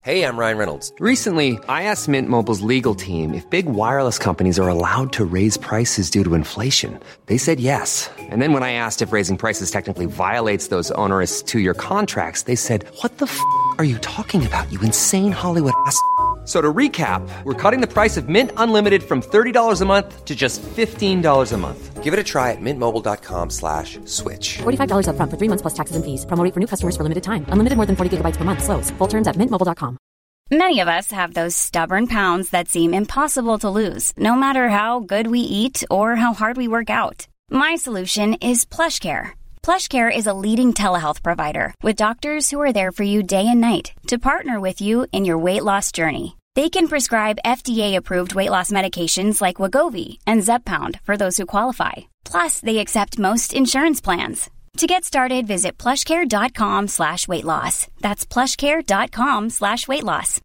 Hey, I'm Ryan Reynolds. Recently, I asked Mint Mobile's legal team if big wireless companies are allowed to raise prices due to inflation. They said yes. And then when I asked if raising prices technically violates those onerous 2-year contracts, they said, "What the f*** are you talking about, you insane Hollywood ass?" So to recap, we're cutting the price of Mint Unlimited from $30 a month to just $15 a month. Give it a try at mintmobile.com/switch. $45 up front for 3 months plus taxes and fees. Promo rate for new customers for limited time. Unlimited more than 40 gigabytes per month slows. Full terms at mintmobile.com. Many of us have those stubborn pounds that seem impossible to lose, no matter how good we eat or how hard we work out. My solution is PlushCare. PlushCare is a leading telehealth provider with doctors who are there for you day and night to partner with you in your weight loss journey. They can prescribe FDA-approved weight loss medications like Wegovy and Zepbound for those who qualify. Plus, they accept most insurance plans. To get started, visit plushcare.com/weightloss. That's plushcare.com/weightloss.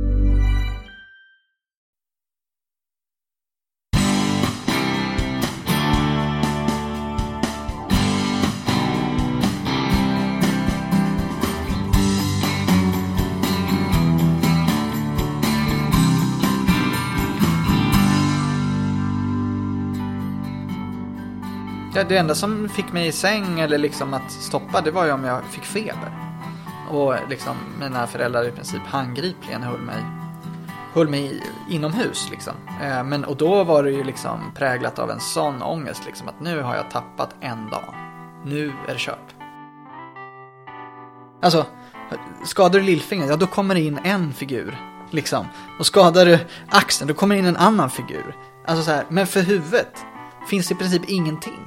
Ja, det enda som fick mig i säng eller liksom att stoppa, det var ju om jag fick feber. Och liksom mina föräldrar i princip handgripligen höll mig inomhus liksom. Och då var det ju liksom präglat av en sån ångest liksom, att nu har jag tappat en dag. Nu är det kört. Alltså, skadar du lillfingret, ja då kommer det in en figur liksom. Och skadar du axeln, då kommer det in en annan figur. Alltså så här, men för huvudet finns det i princip ingenting.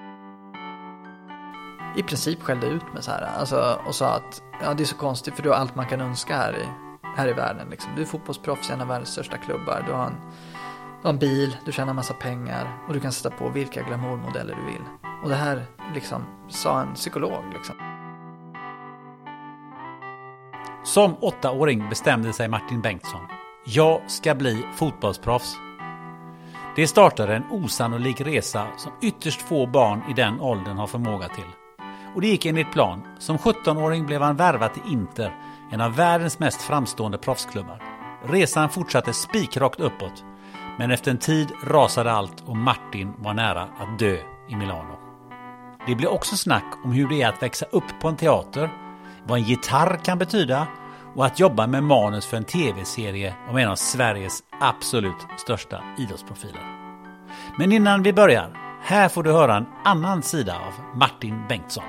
I princip skällde ut med så här, alltså, och sa att ja, det är så konstigt för du har allt man kan önska här i världen liksom. Du är fotbollsproffs i en av världens största klubbar, du har en bil, du tjänar massa pengar och du kan sätta på vilka glamourmodeller du vill. Och det här liksom sa en psykolog liksom. Som 8-åring bestämde sig Martin Bengtsson: jag ska bli fotbollsproffs. Det startade en osannolik resa som ytterst få barn i den åldern har förmåga till. Och det gick enligt plan. Som 17-åring blev han värvad till Inter, en av världens mest framstående proffsklubbar. Resan fortsatte spikrakt uppåt, men efter en tid rasade allt och Martin var nära att dö i Milano. Det blev också snack om hur det är att växa upp på en teater, vad en gitarr kan betyda och att jobba med manus för en tv-serie om en av Sveriges absolut största idrottsprofiler. Men innan vi börjar, här får du höra en annan sida av Martin Bengtsson.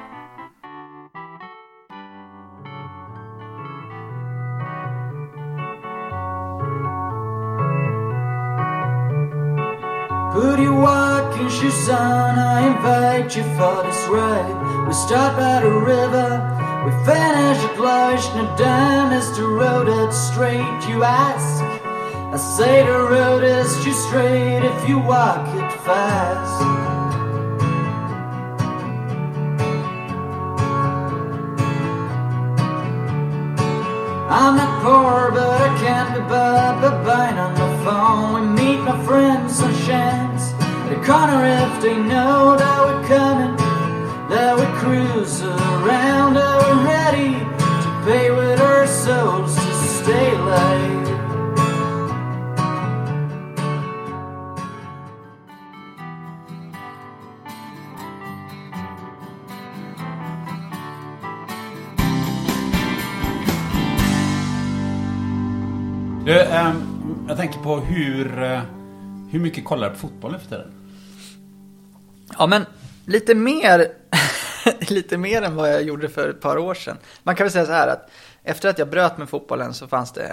Put your walking shoes on, I invite you for this ride. We stop at a river, we finish at lunch. Now down is the road, it's straight, you ask. I say the road is too straight if you walk it fast. I'm not poor, but I can't be bought by buying on the phone. We meet my friends on chance at a corner if they know that we're coming, that we cruise around, that we're ready to pay with our souls to stay alive. Jag tänker på hur mycket kollar du på fotboll efter det? Ja, men lite mer än vad jag gjorde för ett par år sedan. Man kan väl säga så här att efter att jag bröt med fotbollen så fanns det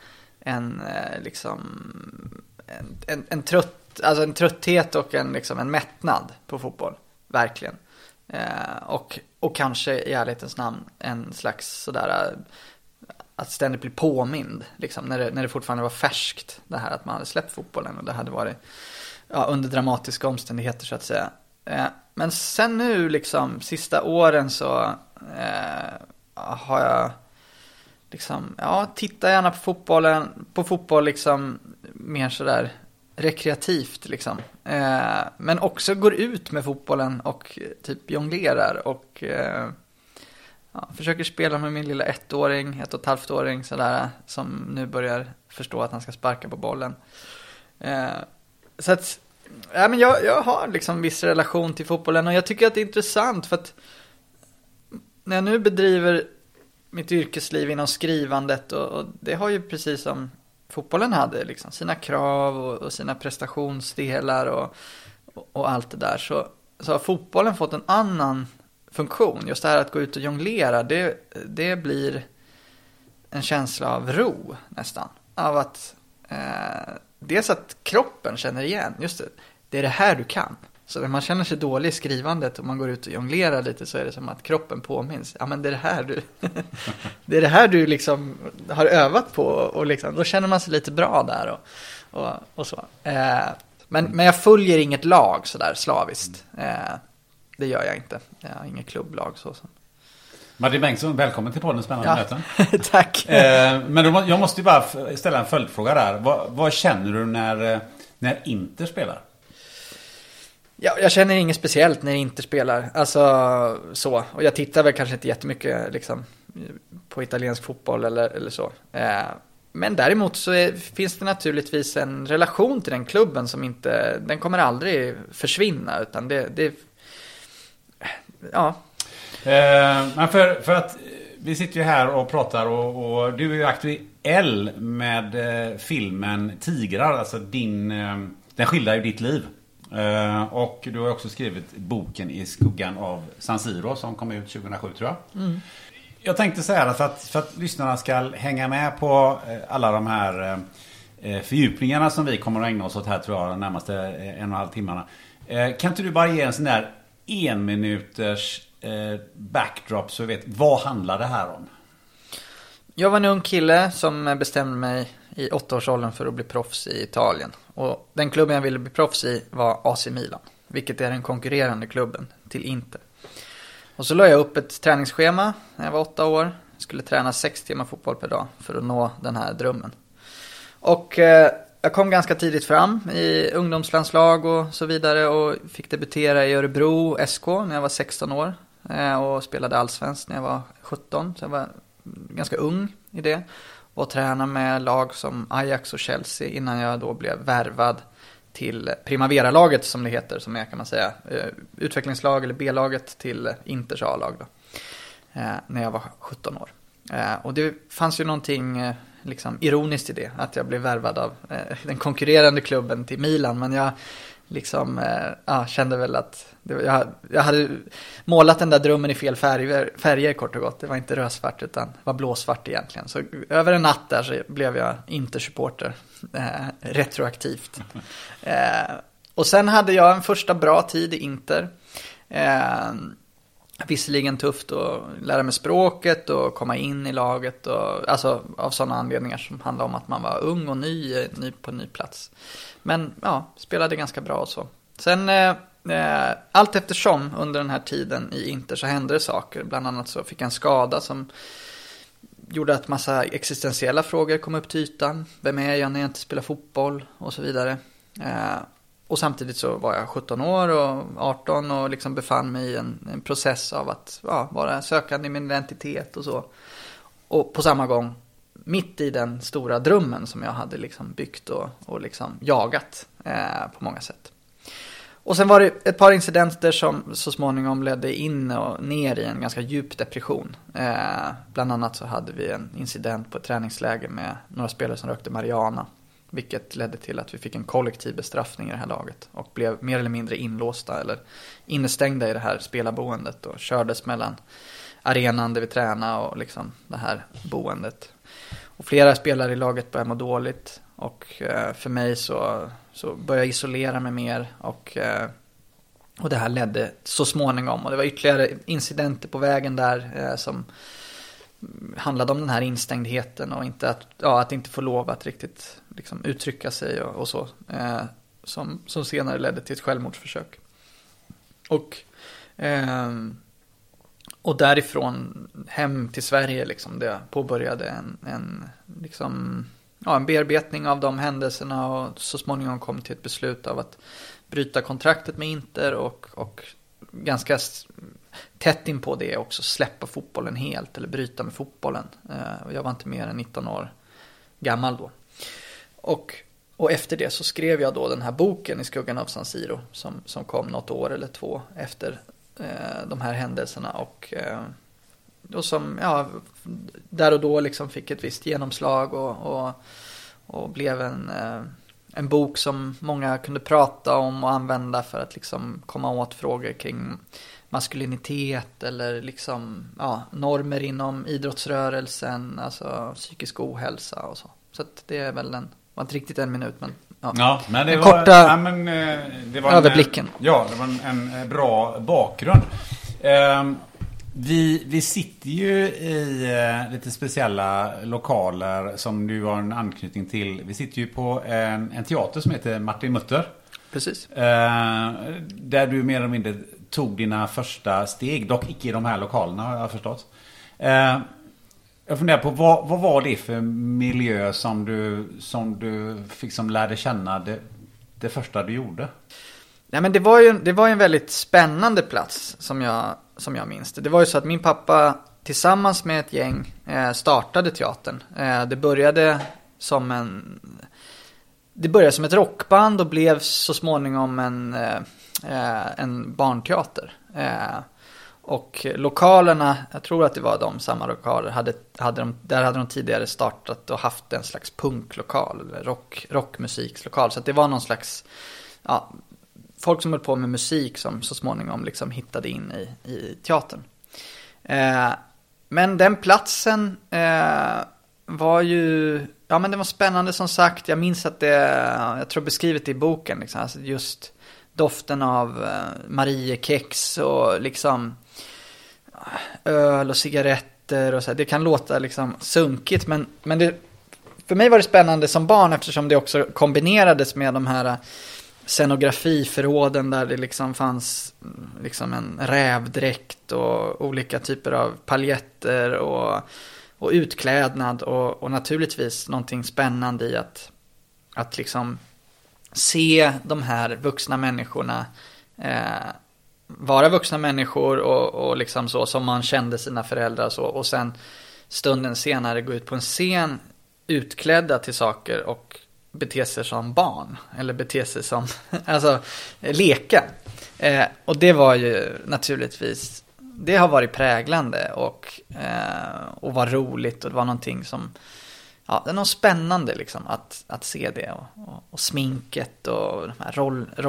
en trötthet och en mättnad på fotboll, verkligen. Och kanske i ärlighetens namn en slags sådär att ständigt bli påmind liksom, när det fortfarande var färskt det här att man hade släppt fotbollen och det hade varit under dramatiska omständigheter så att säga. Men sen nu liksom sista åren så har jag liksom tittar gärna på fotboll liksom mer sådär rekreativt liksom. Men också går ut med fotbollen och typ jonglerar och försöker spela med min lilla 1,5-åring sådär, som nu börjar förstå att han ska sparka på bollen. Så att men jag har liksom viss relation till fotbollen, och jag tycker att det är intressant för att när jag nu bedriver mitt yrkesliv inom skrivandet, och det har ju precis som fotbollen hade liksom sina krav och sina prestationsdelar och allt det där, så har fotbollen fått en annan funktion. Just det här att gå ut och jonglera, det blir en känsla av ro nästan, av att dels att kroppen känner igen, just det är det här du kan. Så när man känner sig dålig i skrivandet och man går ut och jonglerar lite, så är det som att kroppen påminns. Ja, men det är det här du det är det här du liksom har övat på, och liksom, då känner man sig lite bra där och så. Men jag följer inget lag så där slaviskt. Det gör jag inte. Jag har inget klubblag så. Martin Bengtsson, välkommen till podden Spännande möten. Tack. Men jag måste ju bara ställa en följdfråga där. Vad känner du när Inter spelar? Ja, jag känner inget speciellt när Inter spelar. Alltså så. Och jag tittar väl kanske inte jättemycket liksom, på italiensk fotboll eller så. Men däremot så finns det naturligtvis en relation till den klubben som inte, den kommer aldrig försvinna, utan det ja. Men för att vi sitter ju här och pratar och du är ju aktuell med filmen Tigrar, alltså den skildrar ju ditt liv. Och du har också skrivit boken I skuggan av San Siro som kom ut 2007 tror jag. Mm. Jag tänkte säga att för att lyssnarna ska hänga med på alla de här fördjupningarna som vi kommer att ägna oss åt här tror jag de närmaste 1,5 timmarna. Kan inte du bara ge en sån där 1 minuters backdrop så vi vet vad handlar det här om? Jag var en ung kille som bestämde mig i 8-årsåldern för att bli proffs i Italien. Och den klubben jag ville bli proffs i var AC Milan, vilket är den konkurrerande klubben till Inter. Och så la jag upp ett träningsschema när jag var 8 år. Jag skulle träna 6 timmar fotboll per dag för att nå den här drömmen. Och jag kom ganska tidigt fram i ungdomslandslag och så vidare och fick debutera i Örebro SK när jag var 16 år. Och spelade allsvenskt när jag var 17, så jag var ganska ung i det. Och tränade med lag som Ajax och Chelsea innan jag då blev värvad till Primavera-laget som det heter, som är kan man säga utvecklingslag eller B-laget till Inters A-lag då, när jag var 17 år. Och det fanns ju någonting liksom ironiskt i det, att jag blev värvad av den konkurrerande klubben till Milan, men jag liksom kände väl att jag hade målat den där drömmen i fel färger kort och gott. Det var inte rödsvart utan var blåsvart egentligen. Så över en natt där så blev jag Inter-supporter retroaktivt. Och sen hade jag en första bra tid i Inter. Visserligen tufft att lära mig språket och komma in i laget. Och, alltså av sådana anledningar som handlar om att man var ung och ny på en ny plats. Men ja, spelade ganska bra och så. Sen allt eftersom under den här tiden i Inter så hände det saker. Bland annat så fick jag en skada som gjorde att massa existentiella frågor kom upp till ytan. Vem är jag när jag inte spelar fotboll och så vidare. Och samtidigt så var jag 17 år och 18 och liksom befann mig i en process av att vara sökande i min identitet och så. Och på samma gång mitt i den stora drömmen som jag hade liksom byggt och liksom jagat på många sätt. Och sen var det ett par incidenter som så småningom ledde in och ner i en ganska djup depression. Bland annat så hade vi en incident på ett träningsläger med några spelare som rökte marijuana. Vilket ledde till att vi fick en kollektiv bestraffning i det här laget. Och blev mer eller mindre inlåsta eller innestängda i det här spelarboendet. Och kördes mellan arenan där vi tränade och liksom det här boendet. Och flera spelare i laget började må dåligt. Och för mig så började jag isolera mig mer. Och det här ledde så småningom. Och det var ytterligare incidenter på vägen där som handlade om den här instängdheten. Och inte att inte få lov att riktigt liksom uttrycka sig och så. Som senare ledde till ett självmordsförsök. Och därifrån hem till Sverige liksom, det påbörjade en bearbetning av de händelserna och så småningom kom till ett beslut av att bryta kontraktet med Inter och ganska tätt in på det också, släppa fotbollen helt eller bryta med fotbollen. Och jag var inte mer än 19 år gammal då. Och efter det så skrev jag då den här boken I skuggan av San Siro som kom något år eller 2 efter de här händelserna och som där och då liksom fick ett visst genomslag och blev en bok som många kunde prata om och använda för att liksom komma åt frågor kring maskulinitet eller liksom normer inom idrottsrörelsen, alltså psykisk ohälsa och så. Så att det är väl var inte riktigt 1 minut, men men det den var, korta det var överblicken. Det var en bra bakgrund. Vi sitter ju i lite speciella lokaler som du har en anknytning till. Vi sitter ju på en teater som heter Martin Mutter. Precis. Där du mer eller mindre tog dina första steg, dock icke i de här lokalerna har jag förstått. Jag funderar på vad var det för miljö som du fick som lärde känna det första du gjorde? Nej, men det var ju en väldigt spännande plats som jag minns det. Det var ju så att min pappa tillsammans med ett gäng startade teatern. Det började som ett rockband och blev så småningom en barnteater. Och lokalerna, jag tror att det var samma lokaler, där hade de tidigare startat och haft en slags punklokal eller rockmusikslokal. Så att det var någon slags folk som höll på med musik som så småningom liksom hittade in i teatern. Men den platsen var ju, men det var spännande som sagt. Jag minns att jag tror beskrivet i boken liksom, alltså just doften av Mariekex och liksom öl och cigaretter och så. Det kan låta liksom sunkigt, men för mig var det spännande som barn eftersom det också kombinerades med de här scenografiförråden där det liksom fanns liksom en rävdräkt och olika typer av paljetter och utklädnad och naturligtvis någonting spännande i att liksom se de här vuxna människorna vara vuxna människor och liksom så som man kände sina föräldrar och sen stunden senare gå ut på en scen utklädda till saker och bete sig som barn eller bete sig som alltså leka. Och det var ju naturligtvis, det har varit präglande och var roligt och det var någonting som det är något spännande liksom att se det och sminket och de här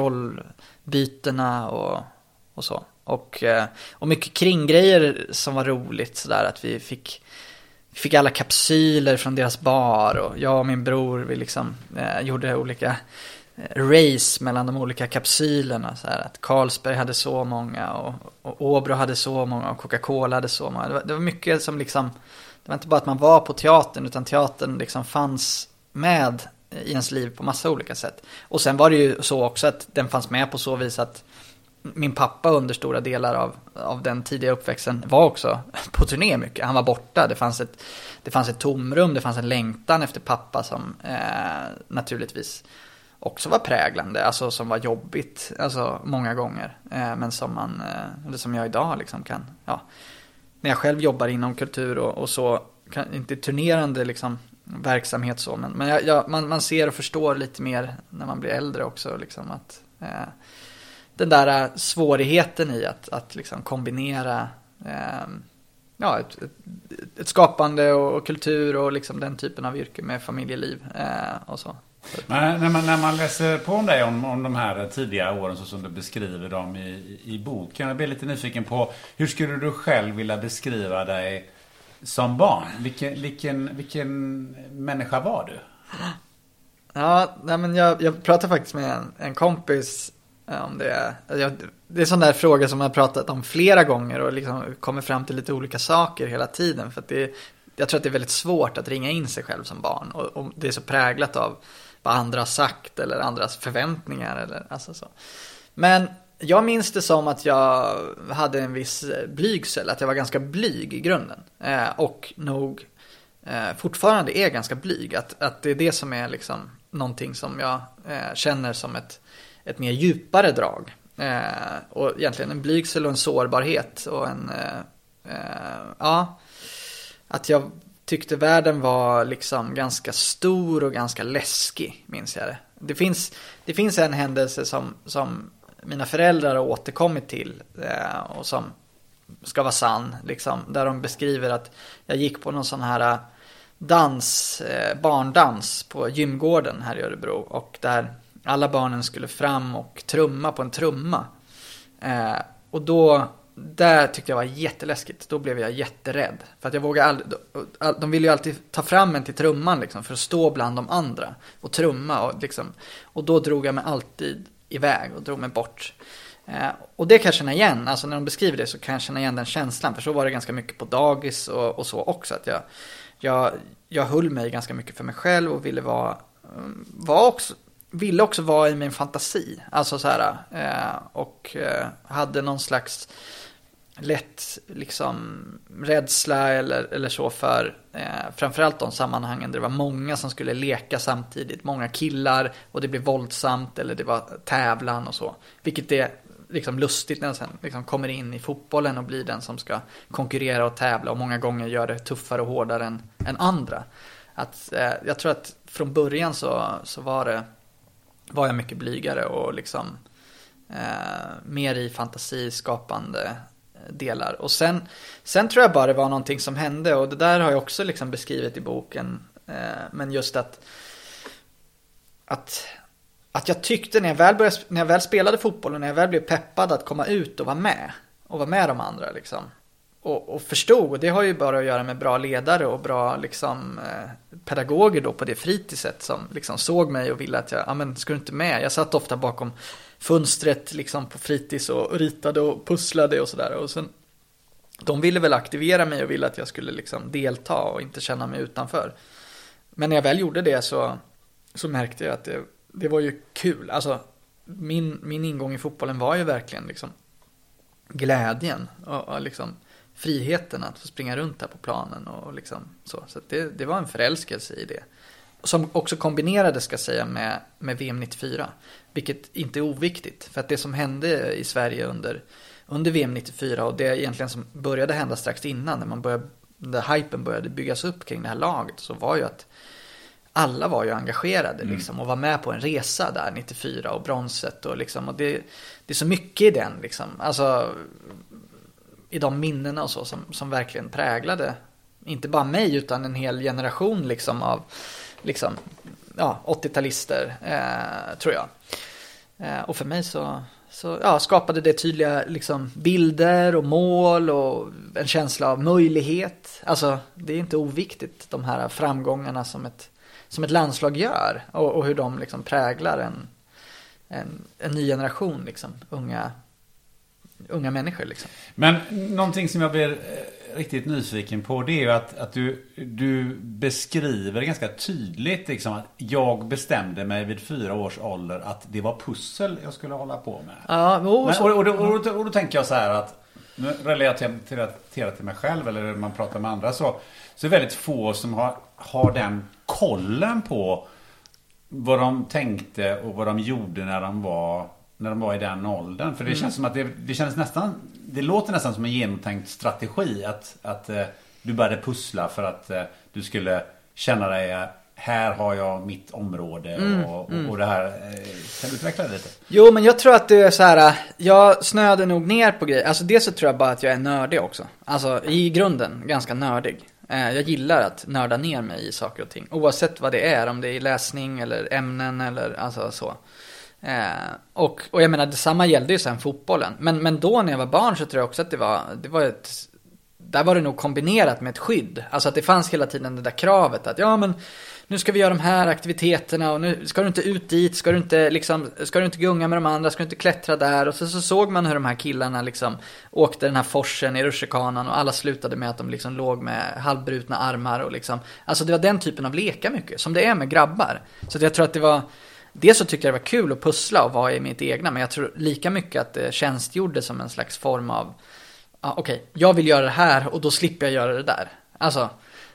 rollbytena och så. Och mycket kringgrejer som var roligt sådär att vi fick alla kapsyler från deras bar och jag och min bror vi liksom gjorde olika race mellan de olika kapsylerna så här att Carlsberg hade så många och Åbro hade så många och Coca-Cola hade så många. Det var mycket som liksom, det var inte bara att man var på teatern utan teatern liksom fanns med i ens liv på massa olika sätt. Och sen var det ju så också att den fanns med på så vis att min pappa under stora delar av den tidiga uppväxten var också på turné mycket. Han var borta. Det fanns ett tomrum. Det fanns en längtan efter pappa som naturligtvis också var präglande. Alltså som var jobbigt. Alltså många gånger. Men som som jag idag liksom kan. Ja, när jag själv jobbar inom kultur och så. Inte turnerande liksom verksamhet så. Men man ser och förstår lite mer när man blir äldre också. Liksom att den där svårigheten i att liksom kombinera ett skapande och kultur och liksom den typen av yrke med familjeliv och så. Men när man läser på om dig om de här tidiga åren så som du beskriver dem i boken, jag blir lite nyfiken på hur skulle du själv vilja beskriva dig som barn? Vilken människa var du? Ja, men jag pratade faktiskt med en kompis om det. Det är en sån där fråga som jag har pratat om flera gånger och liksom kommer fram till lite olika saker hela tiden. För att jag tror att det är väldigt svårt att ringa in sig själv som barn. Och det är så präglat av vad andra har sagt eller andras förväntningar. Eller, alltså så. Men jag minns det som att jag hade en viss blygsel. Att jag var ganska blyg i grunden. Och nog fortfarande är ganska blyg. Att det är det som är liksom någonting som jag känner som ett mer djupare drag Och egentligen en blygsel och en sårbarhet och att jag tyckte världen var liksom ganska stor och ganska läskig, minns jag det. Det finns en händelse som mina föräldrar har återkommit till och som ska vara sann, liksom, där de beskriver att jag gick på någon sån här barndans på gymgården här i Örebro, och där alla barnen skulle fram och trumma på en trumma. Och där tyckte jag var jätteläskigt. Då blev jag jätterädd. För att jag vågade aldrig, de ville ju alltid ta fram en till trumman liksom, för att stå bland de andra och trumma. Och då drog jag mig alltid iväg och drog mig bort. Och det kan jag känna igen. Alltså när de beskriver det så kan jag känna igen den känslan. För så var det ganska mycket på dagis och så också. Att jag höll mig ganska mycket för mig själv och ville också vara i min fantasi. Alltså så här, och hade någon slags lätt liksom rädsla eller så för framförallt de sammanhangen där det var många som skulle leka samtidigt, många killar, och det blev våldsamt eller det var tävlan och så, vilket är liksom lustigt när den sen liksom kommer in i fotbollen och blir den som ska konkurrera och tävla och många gånger gör det tuffare och hårdare än andra. Jag tror att från början så var jag mycket blygare och liksom mer i fantasiskapande delar. Och sen tror jag bara det var någonting som hände, och det där har jag också liksom beskrivit i boken, men just att jag tyckte när jag väl spelade fotboll och när jag väl blev peppad att komma ut och vara med de andra liksom, och förstod, och det har ju bara att göra med bra ledare och bra liksom pedagoger då på det fritidssätt som liksom såg mig och ville att men ska du inte med? Jag satt ofta bakom fönstret liksom på fritids och ritade och pusslade och sådär, och sen de ville väl aktivera mig och ville att jag skulle liksom delta och inte känna mig utanför. Men när jag väl gjorde det så märkte jag att det var ju kul. Alltså min ingång i fotbollen var ju verkligen liksom glädjen och liksom friheten att få springa runt här på planen och liksom så att det var en förälskelse i det, som också kombinerades, ska jag säga, med VM 94, vilket inte är oviktigt, för att det som hände i Sverige under VM 94 och det egentligen som började hända strax innan när hypen började byggas upp kring det här laget, så var ju att alla var ju engagerade liksom, och var med på en resa där 94 och bronset och liksom, och det är så mycket i den liksom, alltså i de minnena och så som verkligen präglade inte bara mig utan en hel generation liksom av liksom 80-talister tror jag. Och för mig så skapade det tydliga liksom bilder och mål och en känsla av möjlighet. Alltså det är inte oviktigt, de här framgångarna som ett landslag gör och hur de liksom präglar en ny generation liksom, unga människor liksom. Men någonting som jag blir riktigt nyfiken på, det är ju att du beskriver ganska tydligt liksom, att jag bestämde mig vid 4 års ålder att det var pussel jag skulle hålla på med. Ja, och då tänker jag så här att nu relaterar till mig själv eller man pratar med andra så är det väldigt få som har den kollen på vad de tänkte och vad de gjorde när de var i den åldern. För det känns som att det låter nästan som en genomtänkt strategi att du började pussla för att du skulle känna dig, här har jag mitt område och det här. Kan du utveckla det lite? Jo, men jag tror att det är så här, jag snöade nog ner på grejer. Alltså det så tror jag bara att jag är nördig också. Alltså i grunden ganska nördig. Jag gillar att nörda ner mig i saker och ting. Oavsett vad det är, om det är läsning eller ämnen eller alltså så. Och jag menar, detsamma gällde ju sen fotbollen. Men då när jag var barn så tror jag också att där var det nog kombinerat med ett skydd. Alltså att det fanns hela tiden det där kravet att men nu ska vi göra de här aktiviteterna och nu ska du inte ut dit, ska du inte gunga med de andra, ska du inte klättra där. Och så såg man hur de här killarna liksom åkte den här forsen i rutschkanan och alla slutade med att de liksom låg med halvbrutna armar och liksom, alltså det var den typen av leka mycket som det är med grabbar. Så jag tror att det var det, så tyckte jag det var kul att pussla och vara i mitt egna, men jag tror lika mycket att det tjänstgjorde som en slags form av okej, jag vill göra det här och då slipper jag göra det där. Alltså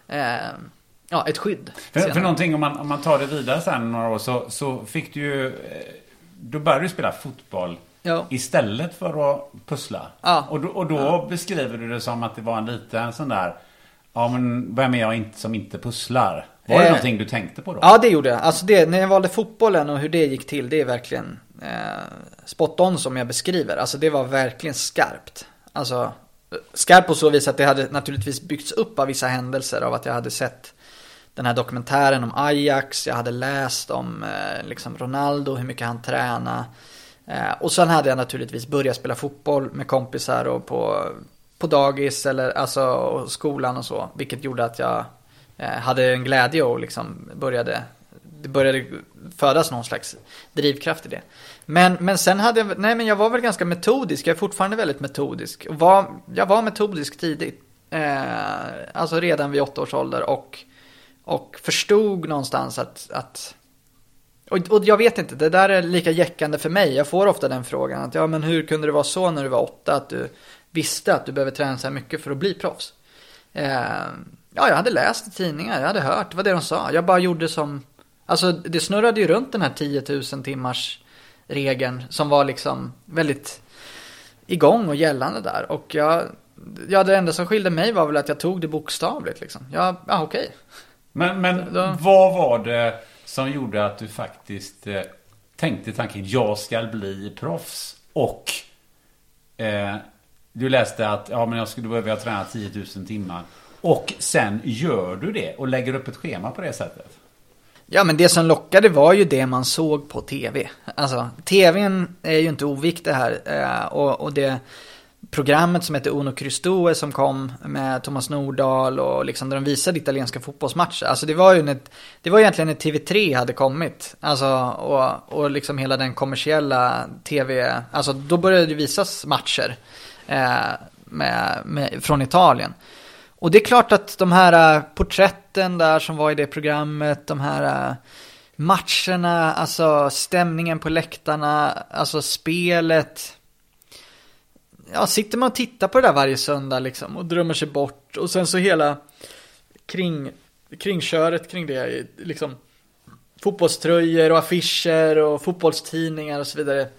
ett skydd. För någonting, om man tar det vidare sen några år så fick du ju, då började du spela fotboll Ja. istället för att pussla. Ja. Och då beskriver du det som att det var en liten sån där, ja men vem är jag som inte pusslar? Var det någonting du tänkte på då? Ja, det gjorde jag. Alltså när jag valde fotbollen och hur det gick till, det är verkligen spot on som jag beskriver. Alltså det var verkligen skarpt. Alltså skarpt på så vis att det hade naturligtvis byggts upp av vissa händelser, av att jag hade sett den här dokumentären om Ajax, jag hade läst om liksom Ronaldo, hur mycket han tränade. Och sen hade jag naturligtvis börjat spela fotboll med kompisar och på dagis eller alltså och skolan och så, vilket gjorde att jag hade en glädje och liksom det började födas någon slags drivkraft i det. Men sen jag var väl ganska metodisk. Jag är fortfarande väldigt metodisk. Jag var metodisk tidigt. Alltså redan vid 8 års ålder och förstod någonstans att och jag vet inte, det där är lika jäckande för mig. Jag får ofta den frågan att ja, men hur kunde det vara så när du var 8 att du visste att du behöver träna så här mycket för att bli proffs? Ja, jag hade läst i tidningar, jag hade hört, det var det de sa. Jag bara gjorde som, alltså det snurrade ju runt den här 10 000 timmars regeln som var liksom väldigt igång och gällande där. Och det enda som skilde mig var väl att jag tog det bokstavligt liksom. Ja, okej. Men vad var det som gjorde att du faktiskt tänkte tanken, jag ska bli proffs, och du läste att ja, men jag behöver träna 10 000 timmar, och sen gör du det och lägger upp ett schema på det sättet? Ja, men det som lockade var ju det man såg på tv. Alltså, tvn är ju inte oviktig här. Och det programmet som heter Uno Cristo som kom med Thomas Nordahl och liksom där de visade italienska fotbollsmatcher. Alltså det var egentligen när TV3 hade kommit. Alltså, och liksom hela den kommersiella tv. Alltså då började det visas matcher från Italien. Och det är klart att de här porträtten där som var i det programmet, de här matcherna, alltså stämningen på läktarna, alltså spelet. Ja, sitter man och tittar på det där varje söndag liksom och drömmer sig bort. Och sen så hela kringköret kring det, liksom fotbollströjor och affischer och fotbollstidningar och så vidare.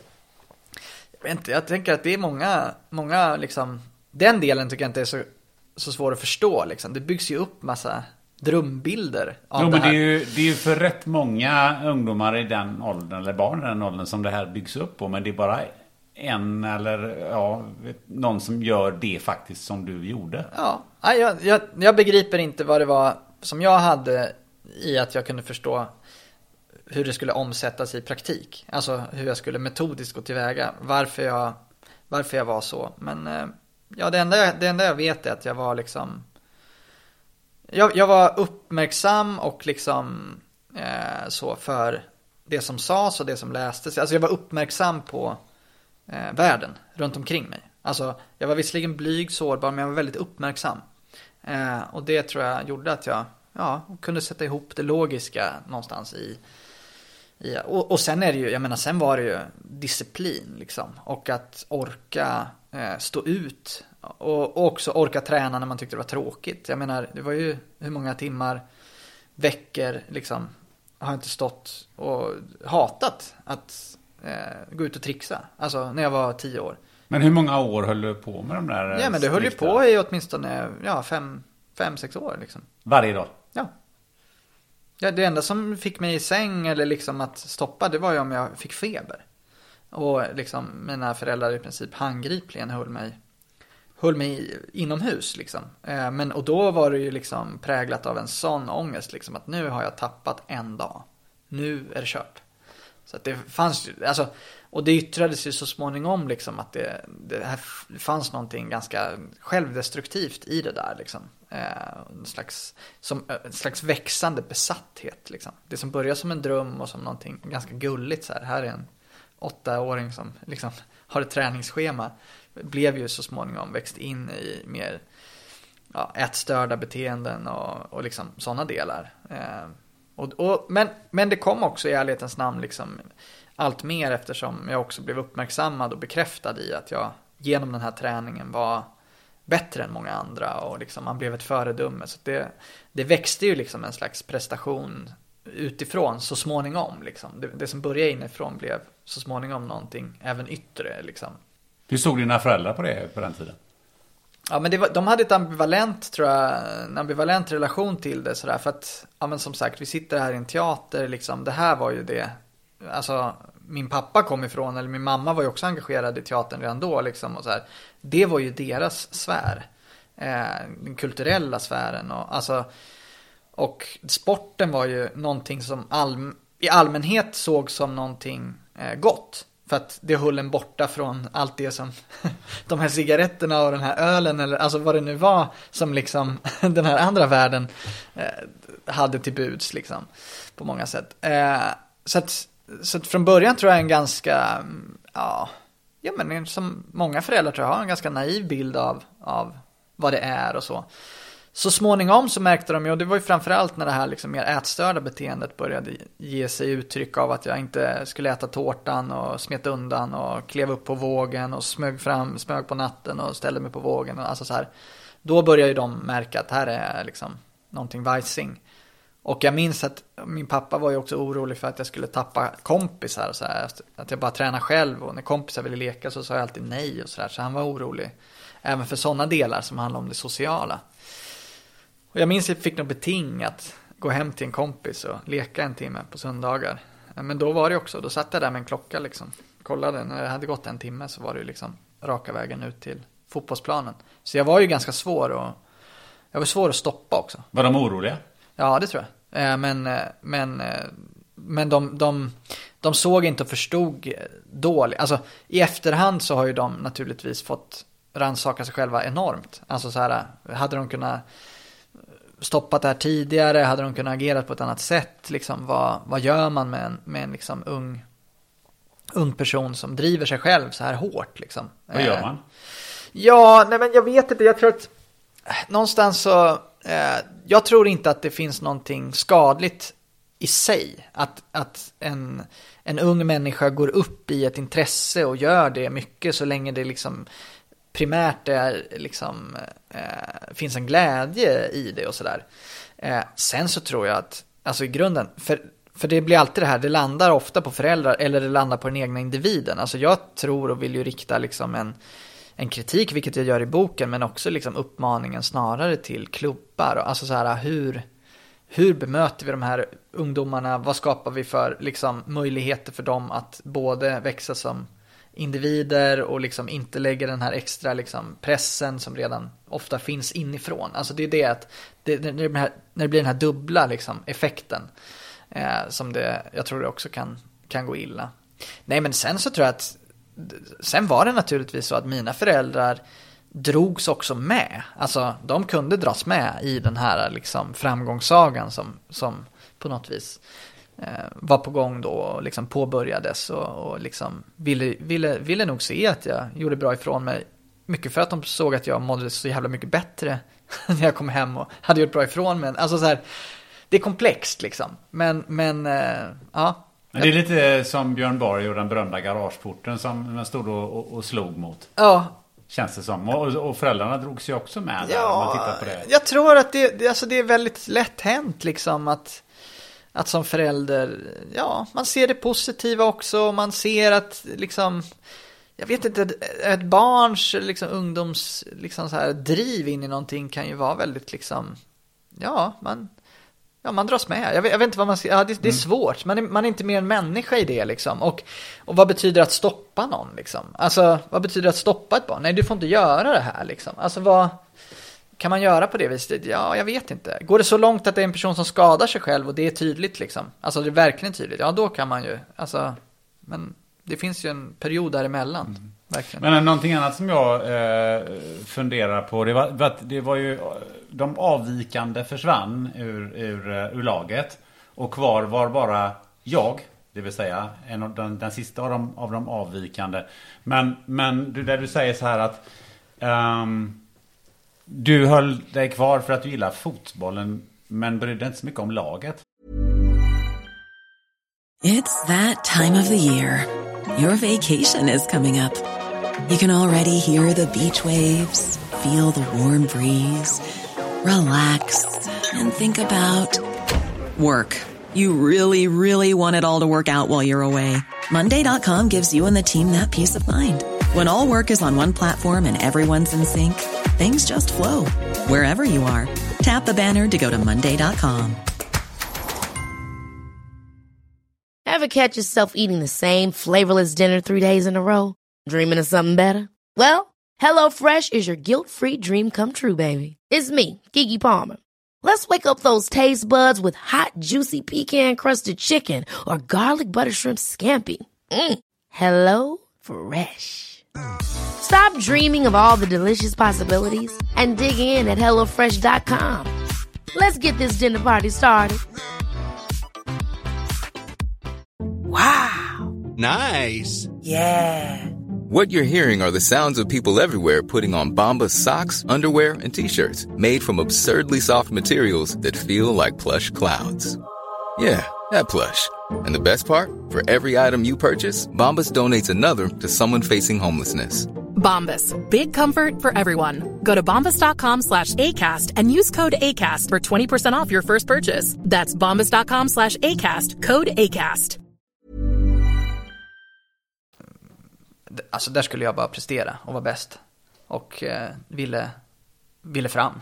Jag tänker att det är många liksom, den delen tycker jag inte är så svår att förstå liksom. Det byggs ju upp massa drömbilder av det här. Men det är ju för rätt många ungdomar i den åldern, eller barn i den åldern, som det här byggs upp på. Men det är bara en eller någon som gör det faktiskt som du gjorde. Ja, jag begriper inte vad det var som jag hade i att jag kunde förstå hur det skulle omsättas i praktik. Alltså hur jag skulle metodiskt gå tillväga. Varför jag var så. Men ja, det enda jag vet är att jag var liksom, jag var uppmärksam och liksom så för det som sades och det som lästes. Alltså jag var uppmärksam på världen runt omkring mig. Alltså jag var visserligen blyg, sårbar, men jag var väldigt uppmärksam. Och det tror jag gjorde att jag kunde sätta ihop det logiska någonstans i och sen är det ju, jag menar, sen var det ju disciplin liksom, och att orka stå ut och också orka träna när man tyckte det var tråkigt. Jag menar, det var ju hur många timmar, veckor liksom, har jag inte stått och hatat att gå ut och trixa. Alltså när jag var 10 år. Men hur många år höll du på med de där? Ja, men det höll ju på i åtminstone 5-6 år liksom. Varje dag? Ja, det enda som fick mig i säng eller liksom att stoppa, det var ju om jag fick feber. Och liksom mina föräldrar i princip handgripligen höll mig inomhus liksom. Och då var det ju liksom präglat av en sån ångest liksom, att nu har jag tappat en dag. Nu är det kört. Så att det fanns ju, alltså, och det yttrades ju så småningom liksom att det här fanns någonting ganska självdestruktivt i det där liksom. En slags växande besatthet liksom. Det som börjar som en dröm och som någonting ganska gulligt så här är en 8-åring som liksom har ett träningsschema, blev ju så småningom växt in i mer ätstörda beteenden och liksom sådana delar. Men det kom också i ärlighetens namn liksom allt mer, eftersom jag också blev uppmärksammad och bekräftad i att jag genom den här träningen var bättre än många andra och liksom man blev ett föredöme. Så det växte ju liksom en slags prestation utifrån så småningom liksom. Det som började inifrån blev så småningom någonting även yttre liksom. Hur såg dina föräldrar på det på den tiden? Ja, men de hade ett ambivalent relation till det sådär, för att ja, men som sagt, vi sitter här i en teater liksom, det här var ju det, alltså min pappa kom ifrån, eller min mamma var ju också engagerad i teatern redan då liksom, och så här, det var ju deras sfär, den kulturella sfären och sporten var ju någonting som i allmänhet såg som någonting gott. För att det höll en borta från allt det som de här cigaretterna och den här ölen eller alltså vad det nu var som liksom den här andra världen hade till buds liksom på många sätt. Så att från början tror jag en ganska men som många föräldrar tror jag har en ganska naiv bild av vad det är och så. Så småningom så märkte de ju, och det var ju framförallt när det här liksom mer ätstörda beteendet började ge sig uttryck av att jag inte skulle äta tårtan och smet undan och klev upp på vågen och smög på natten och ställde mig på vågen och alltså så här. Då började ju de märka att här är liksom någonting vajsing. Och jag minns att min pappa var ju också orolig för att jag skulle tappa kompisar och så här, att jag bara tränar själv, och när kompisar ville leka så sa jag alltid nej och så där, så han var orolig även för sådana delar som handlar om det sociala. Och jag minns att jag fick något beting att gå hem till en kompis och leka en timme på söndagar. Men då var det också, då satt jag där med en klocka liksom. Kollade, när det hade gått en timme så var det liksom raka vägen ut till fotbollsplanen. Så jag var ju ganska svår att stoppa också. Var de oroliga? Ja, det tror jag. Men de såg inte och förstod dåligt. Alltså i efterhand så har ju de naturligtvis fått rannsaka sig själva enormt. Alltså så här, hade de kunnat stoppat det här tidigare, hade de kunnat agera på ett annat sätt liksom, vad gör man med en liksom ung person som driver sig själv så här hårt liksom? Vad gör man? Men jag vet inte, jag tror att någonstans så jag tror inte att det finns någonting skadligt i sig att en ung människa går upp i ett intresse och gör det mycket så länge det liksom primärt är liksom finns en glädje i det och sådär. Sen så tror jag att alltså i grunden, för det blir alltid det här, det landar ofta på föräldrar eller det landar på den egna individen. Alltså jag tror och vill ju rikta liksom en kritik, vilket jag gör i boken, men också liksom uppmaningen snarare till klubbar. Alltså så här, hur bemöter vi de här ungdomarna? Vad skapar vi för liksom möjligheter för dem att både växa som individer och liksom inte lägga den här extra liksom pressen som redan ofta finns inifrån. Alltså det är det att när det blir den här dubbla liksom effekten som jag tror det också kan gå illa. Nej, men sen så tror jag att sen var det naturligtvis så att mina föräldrar drogs också med. Alltså de kunde dras med i den här liksom framgångssagan som på något vis var på gång då och liksom påbörjades och liksom ville nog se att jag gjorde bra ifrån mig. Mycket för att de såg att jag mådde så jävla mycket bättre när jag kom hem och hade gjort bra ifrån mig. Alltså så här, det är komplext liksom. Men ja. Men det är lite som Björn Borg och den berömda garageporten som man stod och slog mot. Ja. Känns det som. Och föräldrarna drogs ju också med där, om man tittar på det. Jag tror att det är väldigt lätt hänt liksom att som förälder, ja, man ser det positiva också. Man ser att liksom, jag vet inte, ett barns liksom ungdoms liksom så här driv in i någonting kan ju vara väldigt liksom, man dras med. Jag vet inte vad man ska, det är svårt. Man är inte mer en människa i det liksom. Och vad betyder att stoppa någon liksom? Alltså, vad betyder att stoppa ett barn? Nej, du får inte göra det här liksom. Alltså, vad kan man göra på det viset? Ja, jag vet inte. Går det så långt att det är en person som skadar sig själv och det är tydligt liksom? Alltså, det är verkligen tydligt. Ja, då kan man ju. Alltså, men det finns ju en period däremellan. Verkligen. Men någonting annat som jag funderar på, det var ju de avvikande försvann ur laget och kvar var bara jag, det vill säga den sista av de avvikande. Men där du säger så här att du höll dig kvar för att du gillar fotbollen men brydde inte så mycket om laget. It's that time of the year. Your vacation is coming up. You can already hear the beach waves, feel the warm breeze, relax and think about work. You really, really want it all to work out while you're away. Monday.com gives you and the team that peace of mind. When all work is on one platform and everyone's in sync, things just flow. Wherever you are, tap the banner to go to Monday.com. Ever catch yourself eating the same flavorless dinner 3 days in a row? Dreaming of something better? Well, HelloFresh is your guilt-free dream come true, baby. It's me, Keke Palmer. Let's wake up those taste buds with hot, juicy pecan-crusted chicken or garlic butter shrimp scampi. Hello Fresh. Stop dreaming of all the delicious possibilities and dig in at HelloFresh.com. Let's get this dinner party started. Wow. Nice. Yeah. What you're hearing are the sounds of people everywhere putting on Bombas socks, underwear, and T-shirts made from absurdly soft materials that feel like plush clouds. Yeah, that plush. And the best part? For every item you purchase, Bombas donates another to someone facing homelessness. Bombas, big comfort for everyone. Go to bombas.com/ACAST and use code ACAST for 20% off your first purchase. That's bombas.com/ACAST, code ACAST. Alltså där skulle jag bara prestera och vara bäst. Och ville fram.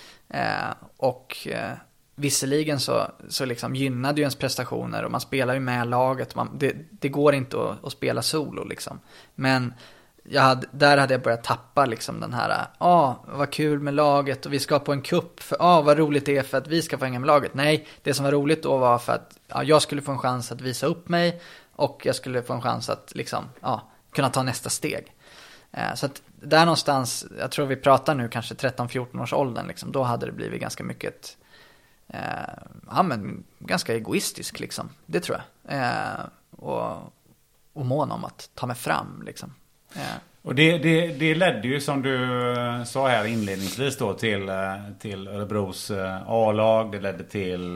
Visserligen så liksom gynnade ju ens prestationer och man spelar ju med laget. Det går inte att spela solo liksom. Men där hade jag börjat tappa liksom den här, vad kul med laget och vi ska på en kupp för vad roligt det är för att vi ska få hänga med laget. Nej, det som var roligt då var för att jag skulle få en chans att visa upp mig och jag skulle få en chans att liksom, kunna ta nästa steg. Så att där någonstans, jag tror vi pratar nu kanske 13-14 års åldern liksom, då hade det blivit ganska mycket ganska egoistisk liksom. Det tror jag. Och mån om att ta mig fram liksom. Och det ledde ju som du sa här inledningsvis då till Örebros A-lag. Det ledde till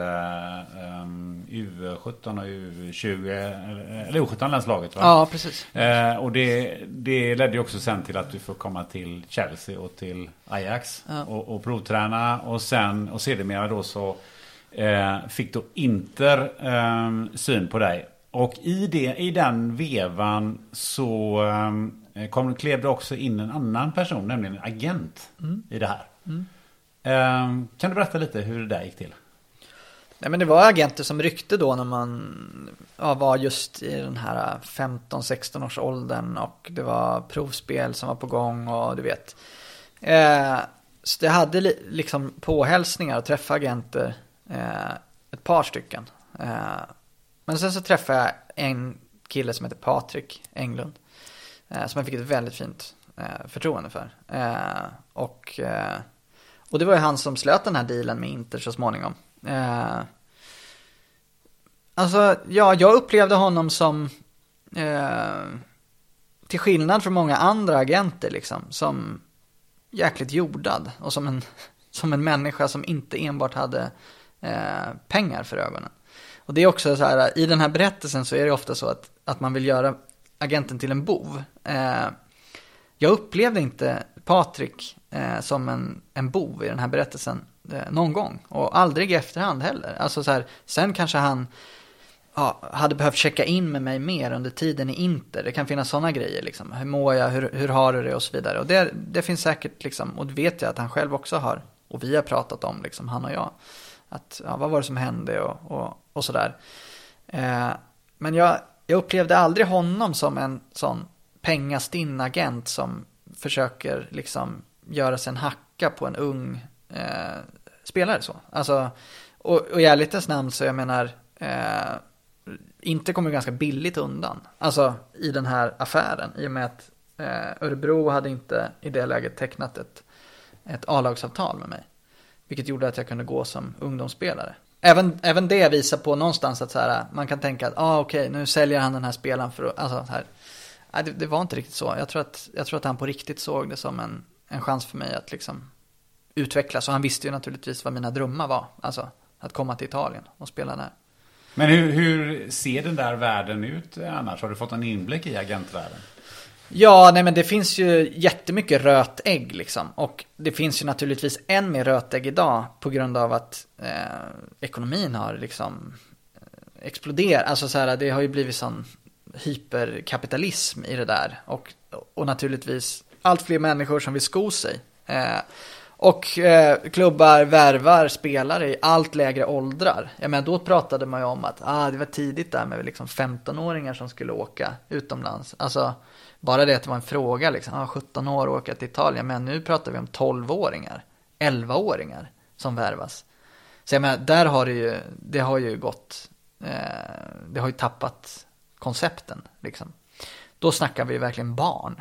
U17 och U20 eller U17-landslaget va? Ja, precis. Och det ledde ju också sen till att du får komma till Chelsea och till Ajax och provträna och sedermera då så fick då Inter syn på dig. Och i den vevan så klev det också in en annan person, nämligen en agent i det här. Kan du berätta lite hur det där gick till? Nej, men det var agenter som ryckte då när man var just i den här 15-16 års åldern och det var provspel som var på gång och du vet. Så det hade liksom påhälsningar och träffa agenter ett par stycken. Men sen så träffade jag en kille som heter Patrik Englund som jag fick ett väldigt fint förtroende för. Och det var ju han som slöt den här dealen med Inter så småningom. Jag upplevde honom som till skillnad från många andra agenter liksom, som jäkligt jordad och som en människa som inte enbart hade pengar för ögonen. Och det är också så här, i den här berättelsen så är det ofta så att man vill göra agenten till en bov. Jag upplevde inte Patrik som en bov i den här berättelsen någon gång. Och aldrig i efterhand heller. Alltså så här, sen kanske han hade behövt checka in med mig mer under tiden i Inter. Det kan finnas sådana grejer liksom. Hur mår jag, hur har du det och så vidare. Och det finns säkert liksom, och det vet jag att han själv också har. Och vi har pratat om liksom, han och jag. Att vad var det som hände och sådär. Men jag upplevde aldrig honom som en sån pengastinn agent som försöker liksom göra sig en hacka på en ung spelare så. Alltså, och i ärlighetens namn så jag menar inte kommer ganska billigt undan. Alltså i den här affären. I och med att Örebro hade inte i det läget tecknat ett A-lagsavtal med mig. Vilket gjorde att jag kunde gå som ungdomsspelare. Även det visar på någonstans att så här, man kan tänka att okej, nu säljer han den här spelaren för att, alltså, så här. Nej, det var inte riktigt så. Jag tror att han på riktigt såg det som en chans för mig att liksom utvecklas. Och han visste ju naturligtvis vad mina drömmar var. Alltså att komma till Italien och spela där. Men hur ser den där världen ut annars? Har du fått en inblick i agentvärlden? Ja, nej men det finns ju jättemycket rötägg liksom. Och det finns ju naturligtvis än mer rötägg idag på grund av att ekonomin har liksom explodera. Alltså så här, det har ju blivit sån hyperkapitalism i det där. Och naturligtvis allt fler människor som vill sko sig. Och klubbar värvar spelare i allt lägre åldrar. Ja, men då pratade man ju om att det var tidigt där med liksom 15-åringar som skulle åka utomlands. Alltså bara det att det var en fråga liksom, 17 år åka till Italien. Men nu pratar vi om 12-åringar, 11-åringar som värvas. Så jag menar, där har det har ju gått, det har ju tappat koncepten liksom. Då snackar vi verkligen barn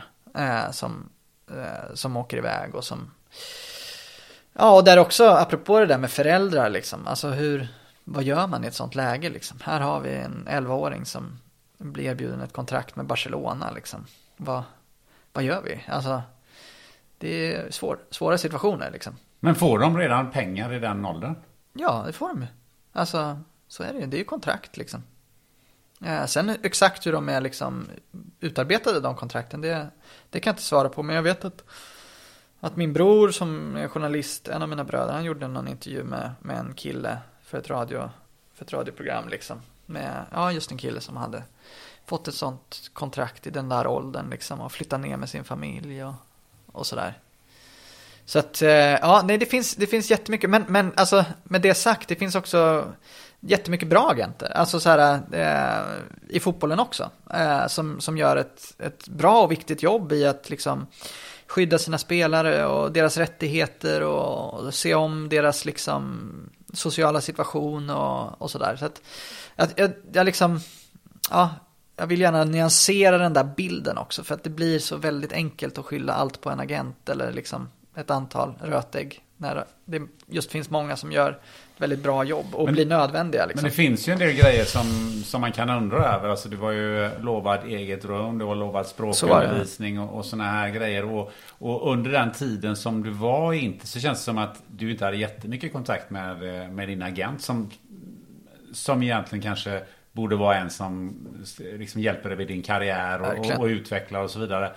som åker iväg och som... Ja, och där också, apropå det där med föräldrar liksom, alltså vad gör man i ett sånt läge liksom? Här har vi en 11-åring som blir erbjuden ett kontrakt med Barcelona liksom. Vad gör vi? Alltså, det är svåra situationer liksom. Men får de redan pengar i den åldern? Ja, det får de. Alltså, så är det ju. Det är ju kontrakt liksom. Sen exakt hur de är liksom utarbetade, de kontrakten, det kan jag inte svara på, men jag vet att min bror som är journalist, en av mina bröder, han gjorde någon intervju med en kille för ett radioprogram liksom, med just en kille som hade fått ett sånt kontrakt i den där åldern liksom, och flyttat ner med sin familj och sådär. Så att nej, det finns jättemycket, men alltså med det sagt, det finns också jättemycket bra agenter, alltså så här, i fotbollen också, som gör ett bra och viktigt jobb i att liksom skydda sina spelare och deras rättigheter och se om deras liksom sociala situation och sådär. Så att jag liksom, jag vill gärna nyansera den där bilden också, för att det blir så väldigt enkelt att skylla allt på en agent eller liksom ett antal rötägg när det just finns många som gör ett väldigt bra jobb och blir nödvändiga liksom. Men det finns ju en del grejer som man kan undra över. Alltså det var ju lovad eget rum, det var lovad språkundervisning och såna här grejer. Och under den tiden som du var inte, så känns det som att du inte hade jättemycket kontakt med din agent som egentligen kanske borde vara en som liksom hjälper dig vid din karriär och utvecklar och så vidare.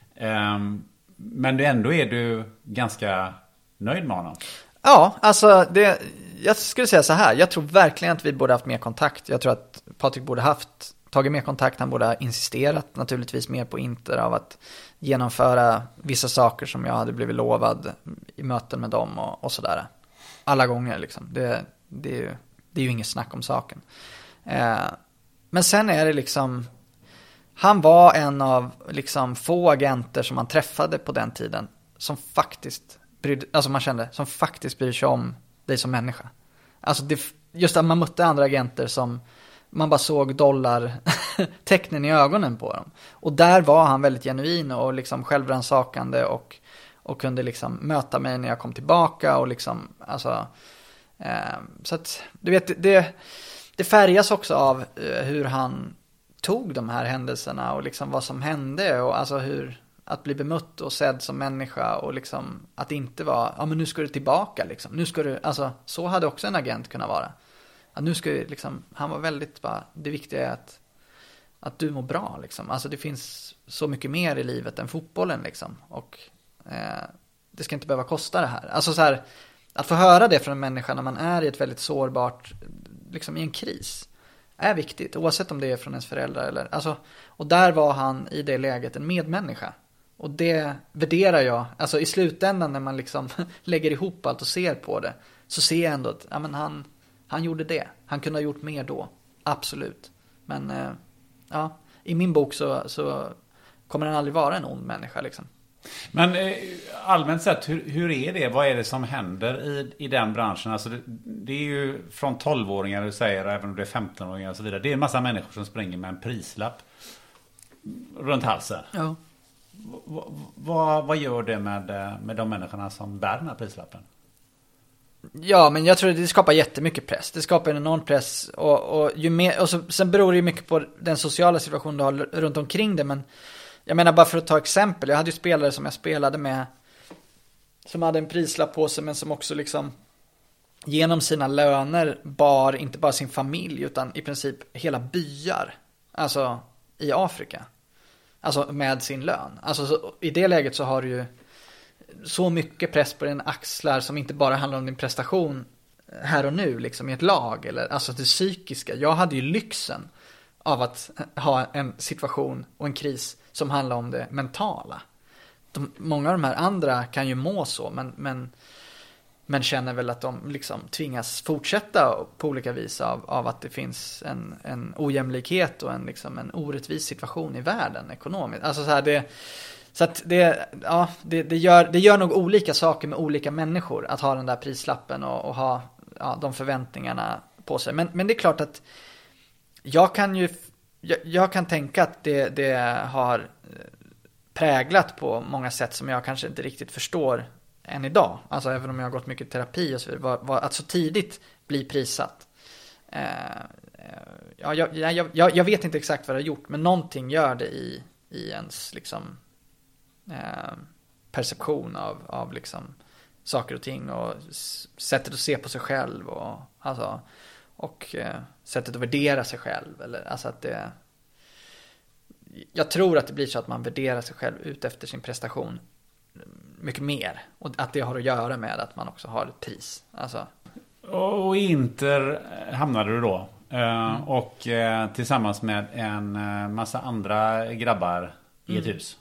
Men ändå är du ganska nöjd med honom. Ja, alltså jag skulle säga så här. Jag tror verkligen att vi borde haft mer kontakt. Jag tror att Patrik borde tagit mer kontakt. Han borde ha insisterat naturligtvis mer på Inter av att genomföra vissa saker som jag hade blivit lovad i möten med dem och sådär. Alla gånger liksom. Det är ju inget snack om saken. Men sen är det liksom, han var en av liksom få agenter som man träffade på den tiden som faktiskt man kände, som faktiskt bryr sig om dig som människa. Alltså just att man mötte andra agenter som man bara såg dollartecknen i ögonen på dem. Och där var han väldigt genuin och liksom självrannsakande och kunde liksom möta mig när jag kom tillbaka och liksom, alltså, så att du vet, det färgas också av hur han tog de här händelserna och liksom vad som hände och alltså att bli bemött och sedd som människa och liksom att inte vara, men nu ska du tillbaka liksom. Nu ska du, alltså så hade också en agent kunnat vara. Att nu ska du liksom, han var väldigt bara, det viktiga är att du mår bra liksom. Alltså det finns så mycket mer i livet än fotbollen liksom. Och det ska inte behöva kosta det här. Alltså så här, att få höra det från en människa när man är i ett väldigt sårbart, liksom i en kris, är viktigt, oavsett om det är från ens föräldrar eller, alltså, och där var han i det läget en medmänniska. Och det värderar jag, alltså i slutändan när man liksom lägger ihop allt och ser på det, så ser jag ändå att han gjorde det. Han kunde ha gjort mer då, absolut. Men i min bok så kommer han aldrig vara en ond människa liksom. Men allmänt sett, hur är det? Vad är det som händer i den branschen? Alltså det är ju från 12-åringar, du säger, även om det är 15-åringar och så vidare. Det är en massa människor som springer med en prislapp runt halsen. Ja. Vad gör det med de människorna som bär den här prislappen? Ja, men jag tror att det skapar jättemycket press. Det skapar en enorm press och ju mer, och sen beror det ju mycket på den sociala situationen du har runt omkring det, men jag menar bara för att ta exempel, jag hade ju spelare som jag spelade med som hade en prislapp på sig, men som också liksom genom sina löner bar inte bara sin familj utan i princip hela byar, alltså i Afrika, alltså med sin lön. Alltså så, i det läget så har du ju så mycket press på dina axlar som inte bara handlar om din prestation här och nu liksom i ett lag, eller alltså det psykiska. Jag hade ju lyxen av att ha en situation och en kris som handlar om det mentala. Många av de här andra kan ju må så, men känner väl att de liksom tvingas fortsätta på olika vis av att det finns en ojämlikhet och en orättvis situation i världen ekonomiskt. Alltså så här, det gör nog olika saker med olika människor att ha den där prislappen och ha de förväntningarna på sig. Men det är klart att jag kan tänka att det har präglat på många sätt som jag kanske inte riktigt förstår än idag. Alltså även om jag har gått mycket terapi och så vidare, att så tidigt bli prissatt. Jag vet inte exakt vad det har gjort, men någonting gör det i ens liksom perception av liksom saker och ting och sättet att se på sig själv och sättet att värdera sig själv, eller alltså att jag tror att det blir så att man värderar sig själv ut efter sin prestation mycket mer, och att det har att göra med att man också har ett pris. Alltså. Och i Inter hamnade du då och tillsammans med en massa andra grabbar i ett hus.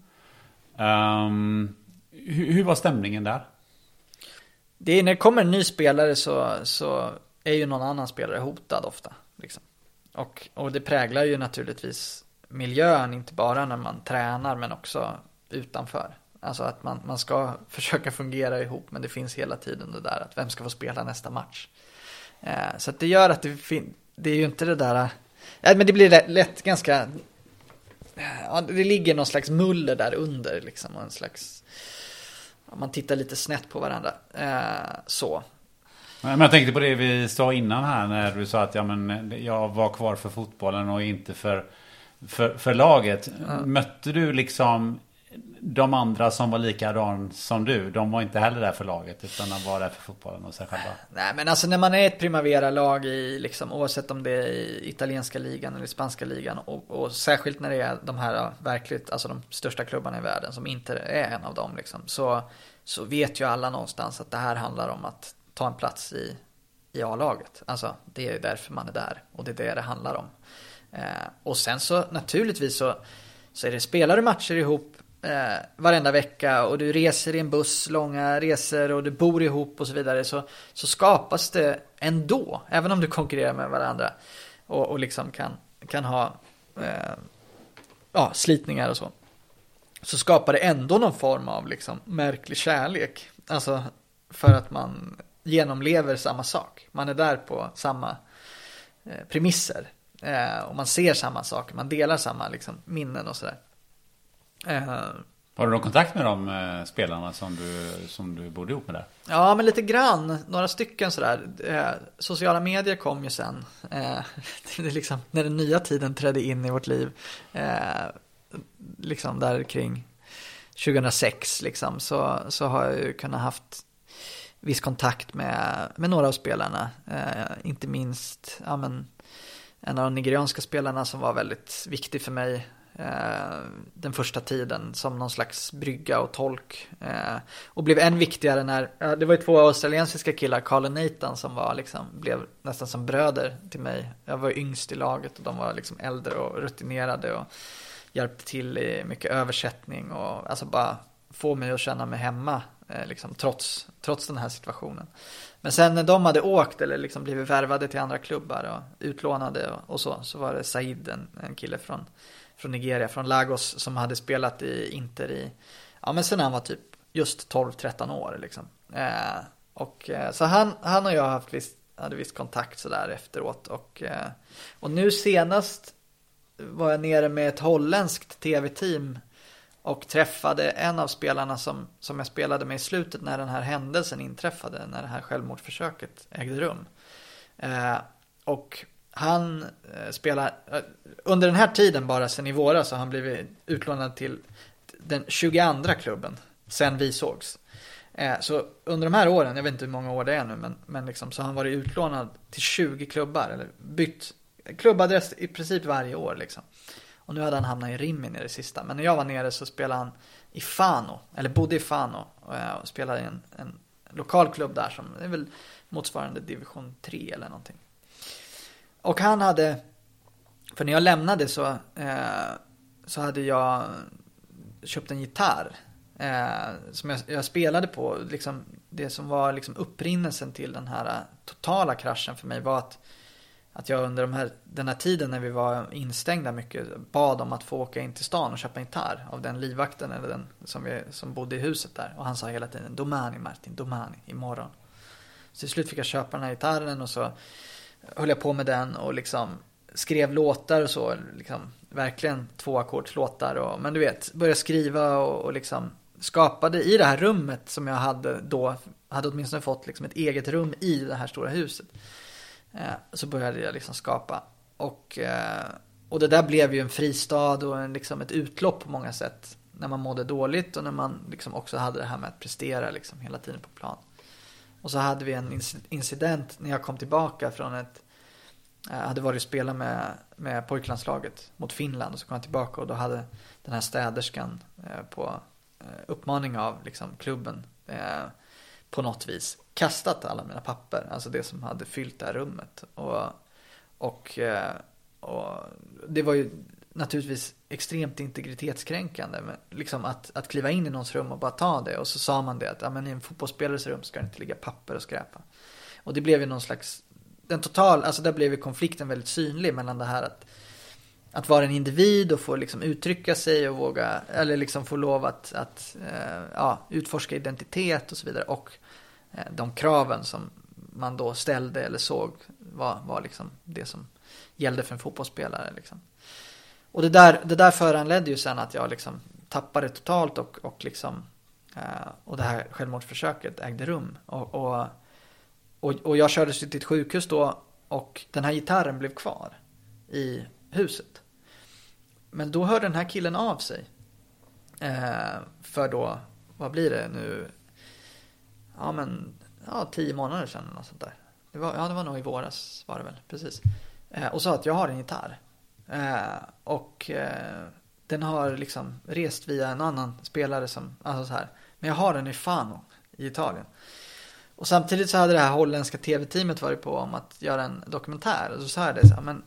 Hur var stämningen där? När det kommer en ny spelare så är ju någon annan spelare hotad ofta liksom. Och det präglar ju naturligtvis miljön, inte bara när man tränar men också utanför. Alltså att man ska försöka fungera ihop, men det finns hela tiden det där att vem ska få spela nästa match. Så att det gör att det är ju inte det där, men det blir lätt ganska, det ligger någon slags muller där under liksom, och en slags, man tittar lite snett på varandra så. Men jag tänkte på det vi sa innan här när du sa att jag var kvar för fotbollen och inte för laget. Mötte du liksom de andra som var likadan som du? De var inte heller där för laget, utan de var där för fotbollen och sig själva. Nej, men alltså när man är ett Primavera-lag i liksom, oavsett om det är i italienska ligan eller spanska ligan, och särskilt när det är de här verkligt, alltså de största klubbarna i världen som inte är en av dem liksom, så vet ju alla någonstans att det här handlar om att ta en plats i A-laget. Alltså det är därför man är där, och det är det handlar om. Och sen så naturligtvis så är det spelar du matcher ihop varenda vecka, och du reser i en buss, långa resor, och du bor ihop och så vidare, så skapas det ändå, även om du konkurrerar med varandra och liksom kan ha slitningar och så skapar det ändå någon form av liksom märklig kärlek, alltså för att man genomlever samma sak, man är där på samma premisser, och man ser samma saker, man delar samma liksom minnen och sådär. Har du någon kontakt med de spelarna som du bodde ihop med där? Ja, men lite grann. Några stycken sådär. Sociala medier kom ju sen. Det är liksom när den nya tiden trädde in i vårt liv. Liksom där kring 2006 liksom, så har jag ju kunnat haft viss kontakt med några av spelarna. Inte minst en av de nigerianska spelarna som var väldigt viktig för mig den första tiden som någon slags brygga och tolk, och blev än viktigare när det var ju 2 australiensiska killar, Carl och Nathan, som var liksom, blev nästan som bröder till mig. Jag var yngst i laget och de var liksom äldre och rutinerade och hjälpte till i mycket översättning och alltså bara få mig att känna mig hemma liksom, trots den här situationen. Men sen när de hade åkt eller liksom blivit värvade till andra klubbar och utlånade och så var det Said, en kille från Nigeria, från Lagos, som hade spelat i Inter men sen han var typ just 12-13 år liksom. Så han och jag hade viss kontakt så där efteråt, och nu senast var jag nere med ett holländskt tv-team och träffade en av spelarna som jag spelade med i slutet när den här händelsen inträffade, när det här självmordsförsöket ägde rum. Och han spelar under den här tiden, bara sen i våras, så har han blivit utlånad till den 22:a klubben sen vi sågs. Så under de här åren, jag vet inte hur många år det är nu, men liksom, så har han varit utlånad till 20 klubbar eller bytt klubbadress i princip varje år liksom. Och nu hade han hamnat i Rimini det sista. Men när jag var nere så spelade han i Fano, eller bodde i Fano, och spelade i en lokal klubb där som är väl motsvarande division 3 eller någonting. Och han hade, för när jag lämnade så hade jag köpt en gitarr som jag spelade på. Liksom, det som var liksom upprinnelsen till den här totala kraschen för mig var att jag under den här tiden när vi var instängda mycket bad om att få åka in till stan och köpa en gitarr av den livvakten eller den som bodde i huset där. Och han sa hela tiden, Domani Martin, Domani, imorgon. Så till slut fick jag köpa den här gitarren och så höll jag på med den och liksom skrev låtar och så. Liksom, verkligen 2-ackordslåtar. Men du vet, började skriva och liksom skapade i det här rummet som jag hade åtminstone fått liksom ett eget rum i det här stora huset. Så började jag liksom skapa. Och det där blev ju en fristad och liksom ett utlopp på många sätt. När man mådde dåligt och när man liksom också hade det här med att prestera liksom hela tiden på plan. Och så hade vi en incident när jag kom tillbaka från jag hade varit och spelat med pojklandslaget mot Finland. Och så kom jag tillbaka och då hade den här städerskan på uppmaning av liksom klubben på något vis kastat alla mina papper, alltså det som hade fyllt det här rummet. Och det var ju naturligtvis extremt integritetskränkande, men liksom att kliva in i någons rum och bara ta det. Och så sa man det att men i en fotbollsspelares rum ska det inte ligga papper och skräpa. Och det blev ju någon slags alltså där blev ju konflikten väldigt synlig mellan det här att vara en individ och få liksom uttrycka sig och våga, eller liksom få lov att utforska identitet och så vidare, och de kraven som man då ställde eller såg var liksom det som gällde för en fotbollsspelare liksom. Och det där föranledde ju sen att jag liksom tappade totalt och liksom och det här självmordsförsöket ägde rum och jag kördes till ett sjukhus då, och den här gitarren blev kvar i huset. Men då hörde den här killen av sig för då, vad blir det nu, 10 månader sedan eller något sånt där. Det var nog i våras var det väl, precis. Och sa att jag har en gitarr. Och den har liksom rest via en annan spelare som, alltså så här. Men jag har den i Fano i Italien. Och samtidigt så hade det här holländska tv-teamet varit på om att göra en dokumentär. Och så sa jag det så här, men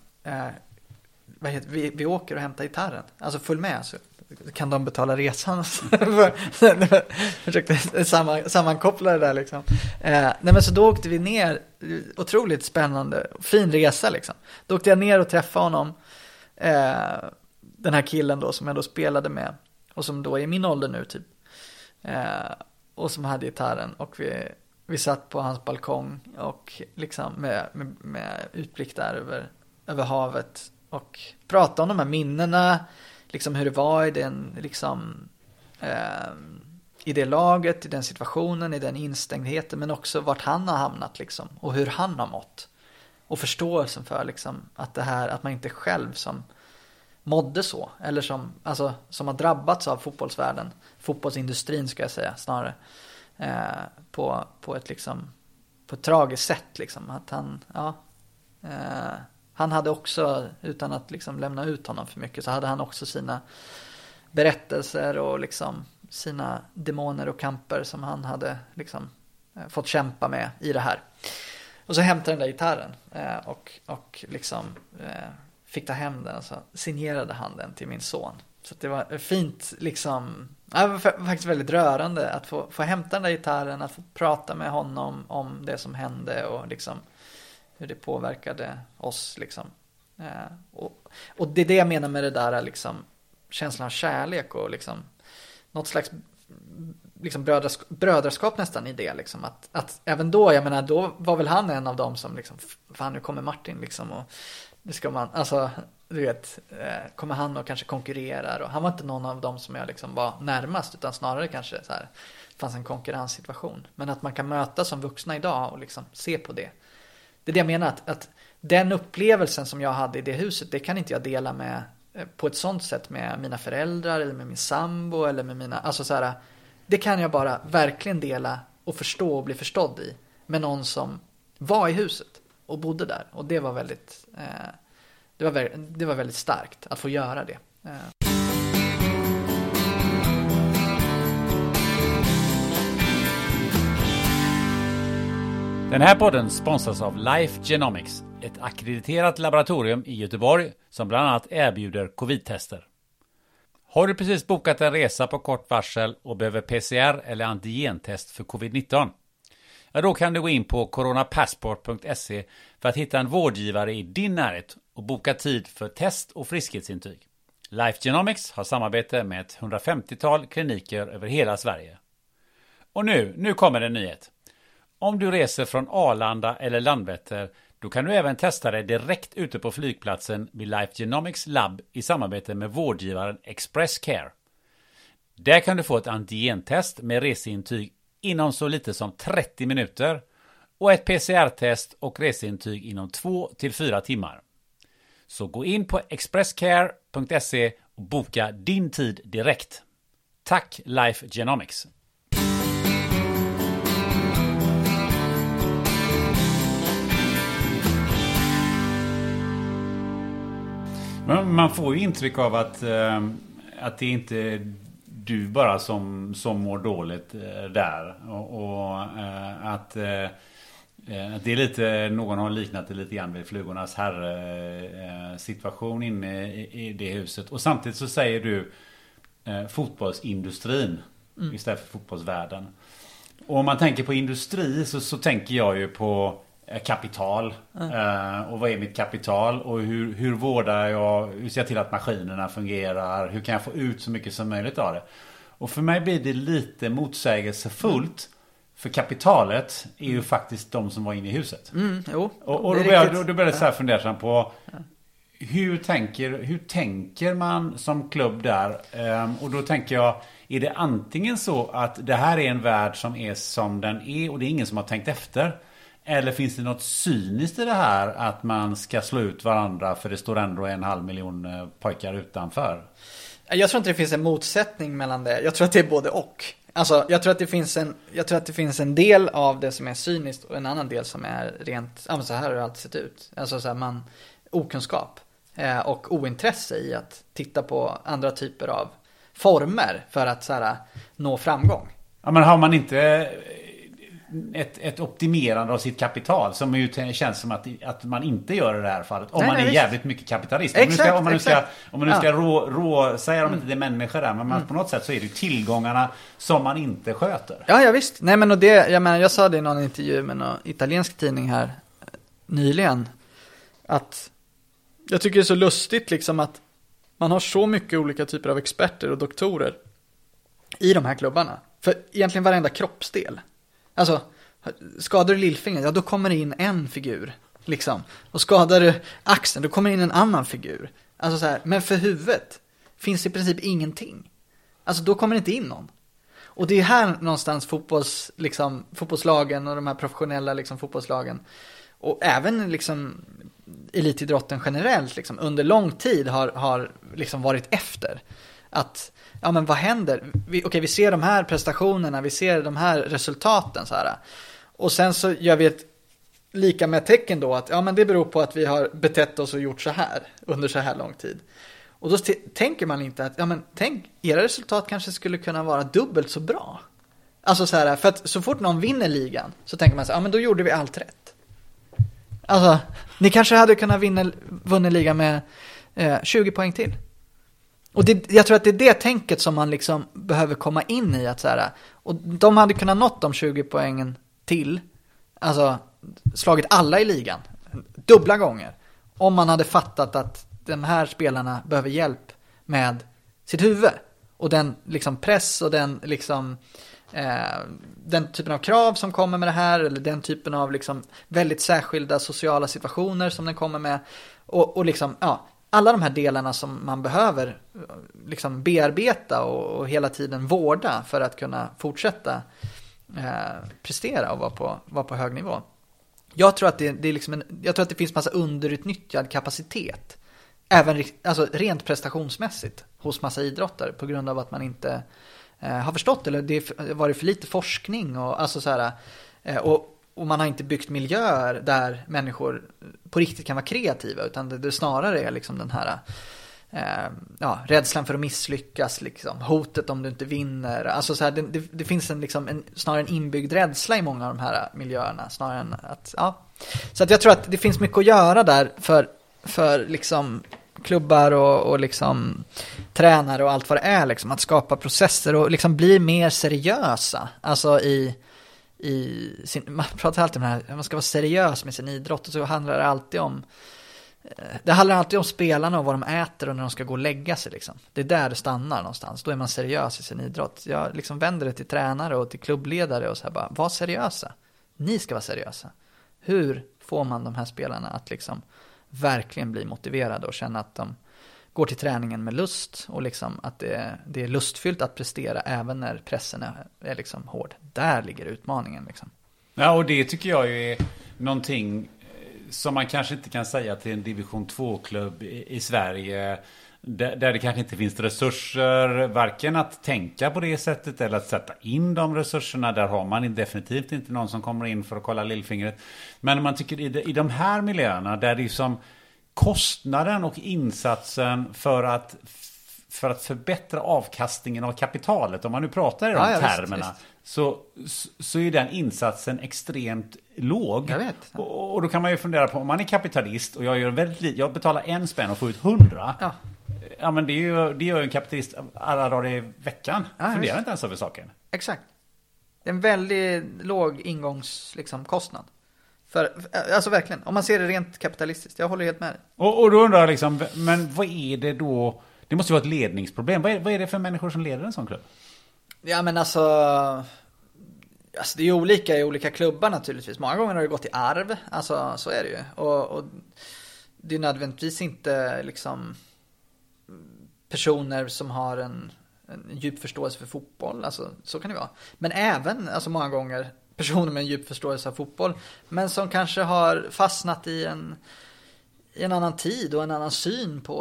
vi åker och hämtar gitarren. Alltså följ med så kan de betala resan. Försökte sammankoppla det där liksom. Nej, men så då åkte vi ner, otroligt spännande, fin resa liksom. Då åkte jag ner och träffade honom, den här killen då som jag då spelade med och som då är i min ålder nu typ, och som hade gitarren, och vi satt på hans balkong och liksom med utblick där över havet och pratade om de här minnena, liksom hur det var i den liksom i det laget, i den situationen, i den instängdheten, men också vart han har hamnat liksom, och hur han har mått, och förståelsen för liksom att man inte själv som mådde så, eller som har drabbats av fotbollsvärlden, fotbollsindustrin ska jag säga snarare, på ett liksom på ett tragiskt sätt liksom, att han hade också, utan att liksom lämna ut honom för mycket, så hade han också sina berättelser och liksom sina demoner och kamper som han hade liksom fått kämpa med i det här. Och så hämtade den där gitarren och liksom fick ta hem den, och så signerade han den till min son. Så det var fint liksom, det var faktiskt väldigt rörande att få hämta den där gitarren, att få prata med honom om det som hände och liksom hur det påverkade oss liksom. Och det är det jag menar med det där liksom, känslan av kärlek och liksom något slags liksom brödraskap nästan i det liksom, att även då, jag menar, då var väl han en av dem som liksom, fan nu kommer Martin liksom, och det ska man, alltså du vet, kommer han och kanske konkurrerar, och han var inte någon av dem som jag liksom var närmast, utan snarare kanske så här, fanns en konkurrenssituation, men att man kan mötas som vuxna idag och liksom se på det. Det är det jag menar, att den upplevelsen som jag hade i det huset, det kan inte jag dela med på ett sånt sätt med mina föräldrar eller med min sambo eller med mina, alltså så här, det kan jag bara verkligen dela och förstå och bli förstådd i med någon som var i huset och bodde där, och det var väldigt det var väldigt starkt att få göra det. Den här podden sponsras av Life Genomics, ett akkrediterat laboratorium i Göteborg som bland annat erbjuder covid-tester. Har du precis bokat en resa på kort varsel och behöver PCR eller antigentest för covid-19? Ja, då kan du gå in på coronapassport.se för att hitta en vårdgivare i din närhet och boka tid för test och friskhetsintyg. Life Genomics har samarbete med ett 150-tal kliniker över hela Sverige. Och nu kommer en nyhet. Om du reser från Arlanda eller Landvetter, då kan du även testa dig direkt ute på flygplatsen vid Life Genomics Lab i samarbete med vårdgivaren Express Care. Där kan du få ett antigentest med reseintyg inom så lite som 30 minuter och ett PCR-test och reseintyg inom 2-4 timmar. Så gå in på expresscare.se och boka din tid direkt. Tack Life Genomics! Man får ju intryck av att det inte är du bara som mår dåligt där. Och att det är lite, någon har liknat det lite grann vid flugornas herre situation inne i det huset. Och samtidigt så säger du fotbollsindustrin istället för fotbollsvärlden. Och om man tänker på industri så tänker jag ju på kapital. Och vad är mitt kapital? Och hur vårdar jag? Hur ser jag till att maskinerna fungerar? Hur kan jag få ut så mycket som möjligt av det? Och för mig blir det lite motsägelsefullt. För kapitalet är ju faktiskt de som var inne i huset. Och då börjar jag så här fundera på hur tänker man som klubb där? Och då tänker jag, är det antingen så att det här är en värld som är som den är och det är ingen som har tänkt efter? Eller finns det något cyniskt i det här att man ska slå ut varandra för det står ändå 500 000 pojkar utanför? Jag tror inte det finns en motsättning mellan det. Jag tror att det är både och. Alltså, jag tror att det finns en del av det som är cyniskt och en annan del som är rent, så här har det alltid sett ut. Alltså så här, okunskap och ointresse i att titta på andra typer av former för att så här, nå framgång. Ja, men har man inte ett optimerande av sitt kapital som ju känns som att man inte gör i det här fallet om man är jävligt mycket kapitalist. Om man nu ska säga om inte det är människor där, men på något sätt så är det ju tillgångarna som man inte sköter. Ja visst. Nej men och det, jag sa det i någon intervju med någon italiensk tidning här nyligen att jag tycker det är så lustigt liksom att man har så mycket olika typer av experter och doktorer i de här klubbarna. För egentligen varenda kroppsdel. Alltså, skadar du lillfingret, ja då kommer det in en figur, liksom. Och skadar du axeln, då kommer det in en annan figur. Alltså så här, men för huvudet finns i princip ingenting. Alltså då kommer det inte in någon. Och det är här någonstans fotbollslagen och de här professionella liksom, fotbollslagen och även liksom elitidrotten generellt liksom, under lång tid har liksom varit efter. Att ja men vad händer? Vi ser de här prestationerna, vi ser de här resultaten så här. Och sen så gör vi ett lika med tecken då att ja men det beror på att vi har betett oss och gjort så här under så här lång tid. Och då tänker man inte att ja men tänk, era resultat kanske skulle kunna vara dubbelt så bra. Alltså så här, för att så fort någon vinner ligan så tänker man så ja men då gjorde vi allt rätt. Alltså ni kanske hade kunnat vunnit ligan med 20 poäng till. Och jag tror att det är det tänket som man liksom behöver komma in i. Att så här, och de hade kunnat nått de 20 poängen till. Alltså slagit alla i ligan. Dubbla gånger. Om man hade fattat att de här spelarna behöver hjälp med sitt huvud. Och den liksom press och den liksom den typen av krav som kommer med det här. Eller den typen av liksom väldigt särskilda sociala situationer som den kommer med. Och liksom, ja. Alla de här delarna som man behöver liksom bearbeta och hela tiden vårda för att kunna fortsätta prestera och vara på hög nivå. Jag tror att det är liksom jag tror att det finns massa underutnyttjad kapacitet även alltså rent prestationsmässigt hos massa idrottare på grund av att man inte har förstått eller det har varit för lite forskning och alltså så här och man har inte byggt miljöer där människor på riktigt kan vara kreativa utan det snarare är liksom den här rädslan för att misslyckas, liksom, hotet om du inte vinner. Alltså så här, det finns snarare en inbyggd rädsla i många av de här miljöerna, snarare än att, Så att jag tror att det finns mycket att göra där för liksom klubbar och liksom tränare och allt vad det är, liksom, att skapa processer och liksom bli mer seriösa. Alltså man pratar alltid om det här, man ska vara seriös med sin idrott, och så handlar det alltid om spelarna och vad de äter och när de ska gå och lägga sig, liksom. Det är där det stannar någonstans. Då är man seriös i sin idrott. Jag liksom vänder det till tränare och till klubbledare och så här bara, var seriösa. Ni ska vara seriösa. Hur får man de här spelarna att liksom verkligen bli motiverade och känna att de går till träningen med lust, och liksom att det är lustfyllt att prestera även när pressen är liksom hård. Där ligger utmaningen, liksom. Ja, och det tycker jag är någonting som man kanske inte kan säga till en division 2-klubb i Sverige, där det kanske inte finns resurser, varken att tänka på det sättet eller att sätta in de resurserna. Där har man definitivt inte någon som kommer in för att kolla lillfingret. Men man tycker i de här miljöerna där det är som kostnaden och insatsen för att förbättra avkastningen av kapitalet, om man nu pratar i de termerna, visst. Så är den insatsen extremt låg. Jag vet. Och då kan man ju fundera på, om man är kapitalist och jag betalar 1 spänn och får ut 100. Ja, men det gör en kapitalist alla dagar i veckan. Funderar inte ens över saken. Exakt. Det är en väldigt låg ingångskostnad. Alltså verkligen, om man ser det rent kapitalistiskt. Jag håller helt med dig. Och då undrar jag liksom, men vad är det då? Det måste ju vara ett ledningsproblem. Vad är det för människor som leder en sån klubb? Ja, men alltså det är ju olika i olika klubbar naturligtvis. Många gånger har det gått i arv. Alltså så är det ju. Och det är nödvändigtvis inte liksom personer som har en djup förståelse för fotboll. Alltså så kan det vara. Men även många gånger personer med en djup förståelse av fotboll, men som kanske har fastnat i en annan tid och en annan syn på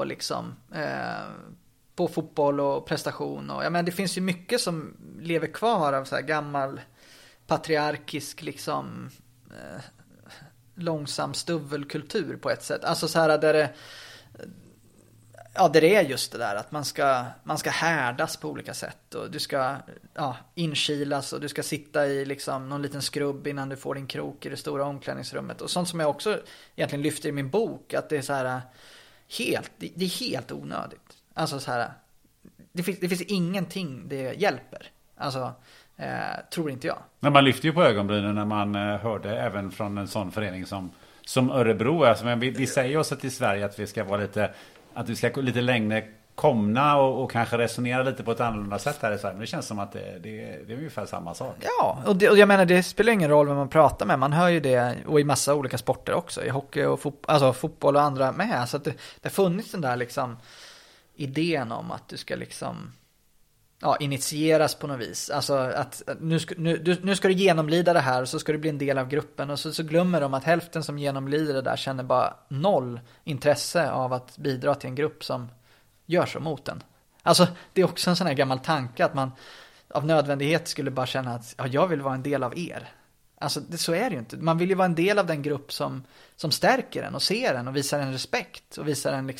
på fotboll och prestation. Och det finns ju mycket som lever kvar av så här gammal patriarkisk långsam stuvelkultur på ett sätt. Alltså så här där det är just det där att man ska härdas på olika sätt, och du ska inkilas, och du ska sitta i någon liten skrubb innan du får din krok i det stora omklädningsrummet, och sånt som jag också egentligen lyfter i min bok, att det är så här det är helt onödigt. Alltså så här, det finns ingenting det hjälper. Alltså tror inte jag. Men man lyfter ju på ögonbrynen när man hörde även från en sån förening som Örebro. Alltså, men vi säger oss att i Sverige att vi ska vara lite längre komna och kanske resonera lite på ett annorlunda sätt här i Sverige. Men det känns som att det är ungefär samma sak. Ja, och jag menar, det spelar ingen roll vem man pratar med. Man hör ju det, och i massa olika sporter också. I hockey och fotboll och andra med. Så att det har funnits den där idén om att du ska initieras på något vis. Alltså att nu ska du genomlida det här, och så ska du bli en del av gruppen, och så glömmer de att hälften som genomlider det där känner bara noll intresse av att bidra till en grupp som gör så mot den. Alltså det är också en sån här gammal tanke att man av nödvändighet skulle bara känna att jag vill vara en del av er. Alltså så är det ju inte. Man vill ju vara en del av den grupp som stärker en och ser en och visar en respekt och visar en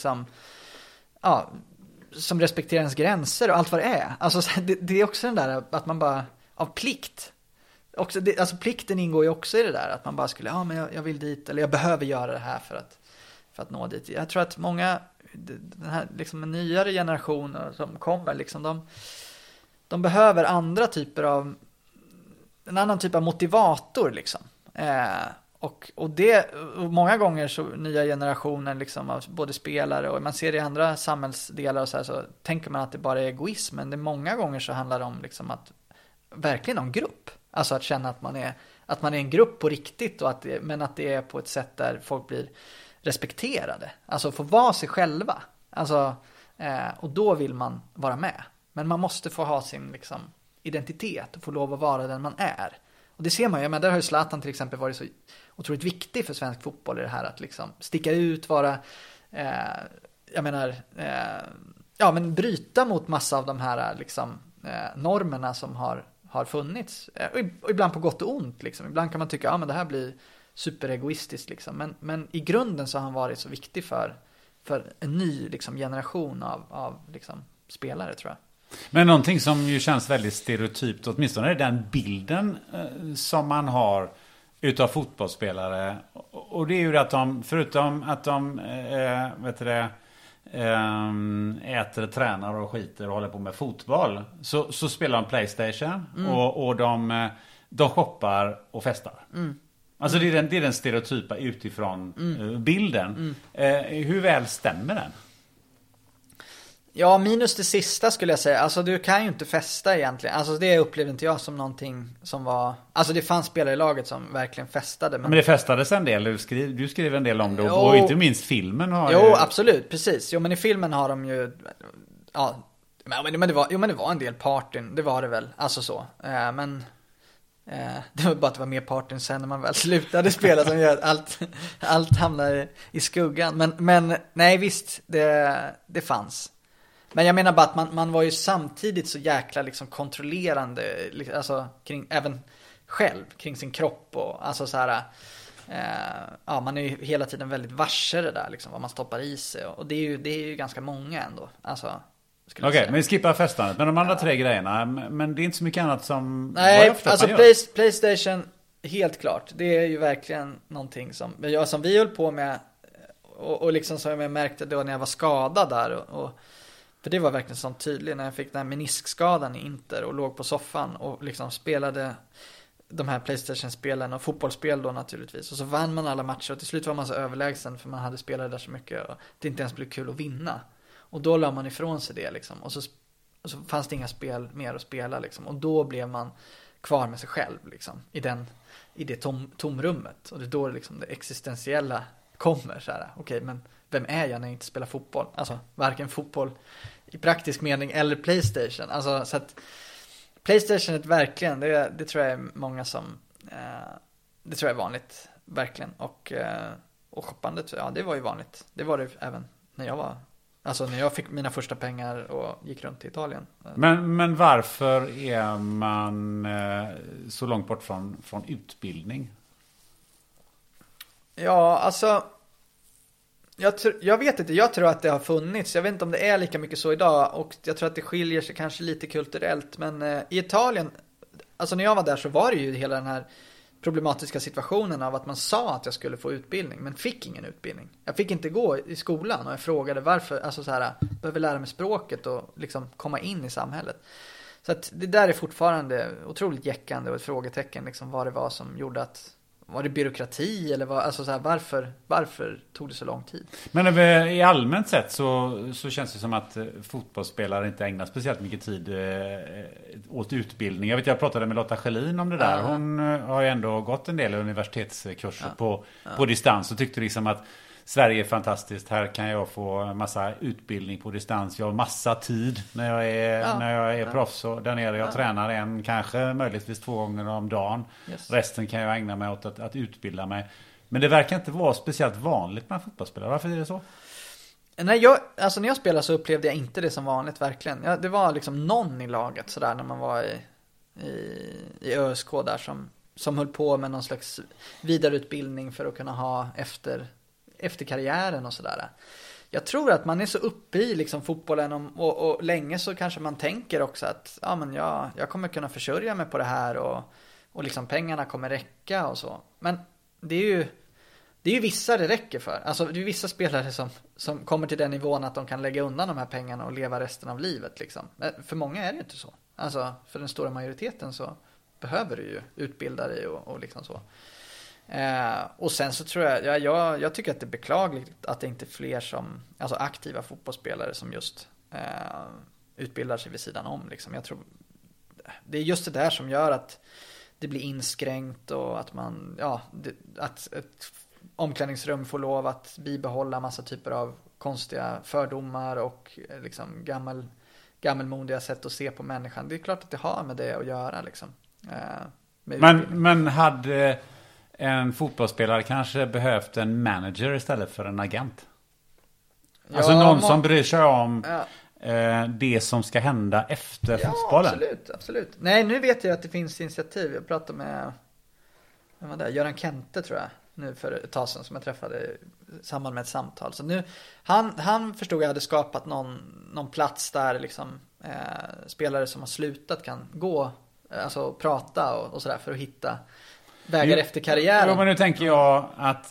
som respekterar ens gränser och allt vad det är. Alltså det är också den där att man bara av plikt också, plikten ingår ju också i det där att man bara skulle, men jag vill dit, eller jag behöver göra det här för att nå dit. Jag tror att många, den här en nyare generation som kommer de behöver andra typer av en annan typ av motivator och många gånger så nya generationer av både spelare, och man ser det i andra samhällsdelar och så tänker man att det bara är egoism, men det många gånger så handlar det om att verkligen om grupp, alltså att känna att man är en grupp på riktigt, och men att det är på ett sätt där folk blir respekterade, alltså få vara sig själva, och då vill man vara med, men man måste få ha sin identitet och få lov att vara den man är. Och det ser man ju, men där har ju Zlatan till exempel varit så otroligt viktig för svensk fotboll i det här att sticka ut, vara men bryta mot massa av de här normerna som har funnits, och ibland på gott och ont ibland kan man tycka men det här blir superegoistiskt men i grunden så har han varit så viktig för för en ny liksom generation av liksom spelare, tror jag. Men någonting som ju känns väldigt stereotypt, åtminstone är den bilden som man har utav fotbollsspelare, och det är ju att de, förutom att de äter, tränar och skiter och håller på med fotboll, så spelar de PlayStation och de shoppar och festar. Alltså det är den stereotypa utifrån bilden. Hur väl stämmer den? Ja, minus det sista skulle jag säga. Alltså du kan ju inte festa egentligen. Alltså det upplevde inte jag som någonting som var... Alltså det fanns spelare i laget som verkligen festade. Men det festades en del. Du skrev en del om det. Och inte minst filmen har ju... absolut. Precis. Jo, men i filmen har de ju... Ja, men det var en del partyn. Det var det väl. Alltså så. Men... det var bara att det var mer partyn sen när man väl slutade spela som gör att allt hamnar i skuggan. Men nej, visst. Det fanns. Men jag menar bara att man var ju samtidigt så jäkla liksom kontrollerande, alltså kring, även själv, kring sin kropp och alltså så här, ja, man är ju hela tiden väldigt varse det där liksom, vad man stoppar i sig, och det är ju ganska många ändå, alltså. Okej, men vi skippar festandet, men de andra tre grejerna, men det är inte så mycket annat som... Nej, alltså PlayStation, helt klart, det är ju verkligen någonting som vi höll på med, och liksom som jag märkte då när jag var skadad där, och för det var verkligen så tydligt när jag fick den här meniskskadan i Inter och låg på soffan och liksom spelade de här PlayStation-spelen och fotbollsspel då naturligtvis. Och så vann man alla matcher och till slut var man så överlägsen för man hade spelat där så mycket och det inte ens blev kul att vinna. Och då la man ifrån sig det liksom. Och så fanns det inga spel mer att spela liksom. Och då blev man kvar med sig själv liksom, i det tomrummet. Och det är då liksom det existentiella kommer så här. Okej, men vem är jag när jag inte spelar fotboll? Alltså varken fotboll i praktisk mening eller PlayStation. Alltså så att PlayStation är verkligen, det tror jag är många som det tror jag är vanligt verkligen, och shoppandet, ja, det var ju vanligt. Det var det även när jag fick mina första pengar och gick runt i Italien. Men varför är man så långt bort från utbildning? Ja, alltså jag vet inte, jag tror att det har funnits. Jag vet inte om det är lika mycket så idag, och jag tror att det skiljer sig kanske lite kulturellt. Men i Italien, alltså när jag var där så var det ju hela den här problematiska situationen av att man sa att jag skulle få utbildning men fick ingen utbildning. Jag fick inte gå i skolan och jag frågade varför, alltså så här, behöver lära mig språket och liksom komma in i samhället. Så att det där är fortfarande otroligt jäckande och ett frågetecken liksom, vad det var som gjorde att, var det byråkrati eller vad, alltså så här, varför tog det så lång tid? Men i allmänt sett så känns det som att fotbollsspelare inte ägnar speciellt mycket tid åt utbildning. Jag pratade med Lotta Schelin om det där. Hon har ju ändå gått en del universitetskurser på distans och tyckte liksom att Sverige är fantastiskt. Här kan jag få massa utbildning på distans. Jag har massa tid när jag är proffs. Och där nere jag tränar kanske möjligtvis 2 gånger om dagen. Yes. Resten kan jag ägna mig åt att utbilda mig. Men det verkar inte vara speciellt vanligt med fotbollsspelare. Varför är det så? Nej, när jag spelade så upplevde jag inte det som vanligt, verkligen. Det var liksom någon i laget sådär när man var i ÖSK där som höll på med någon slags vidareutbildning för att kunna ha efter karriären och sådär. Jag tror att man är så uppe i liksom fotbollen och länge så kanske man tänker också att men jag kommer kunna försörja mig på det här och liksom pengarna kommer räcka och så. Men det är ju vissa det räcker för. Alltså det är vissa spelare som kommer till den nivån att de kan lägga undan de här pengarna och leva resten av livet liksom. För många är det inte så. Alltså för den stora majoriteten så behöver du ju utbilda dig och liksom så. Och sen så tror jag tycker att det är beklagligt att det inte är fler som, alltså aktiva fotbollsspelare som just utbildar sig vid sidan om liksom. Jag tror det är just det där som gör att det blir inskränkt och att man att ett omklädningsrum får lov att bibehålla massa typer av konstiga fördomar och liksom gammelmodiga sätt att se på människan. Det är klart att det har med det att göra liksom. Men hade en fotbollsspelare kanske behövt en manager istället för en agent? Alltså någon som bryr sig om det som ska hända efter fotbollen. Absolut. Nej, nu vet jag att det finns initiativ. Jag pratade med Göran Kente tror jag nu för ett tag sedan som jag träffade i samband med ett samtal. Så nu, han förstod jag hade skapat någon plats där liksom, spelare som har slutat kan gå, alltså prata och sådär för att hitta vägar efter karriären. Ja, men nu tänker jag att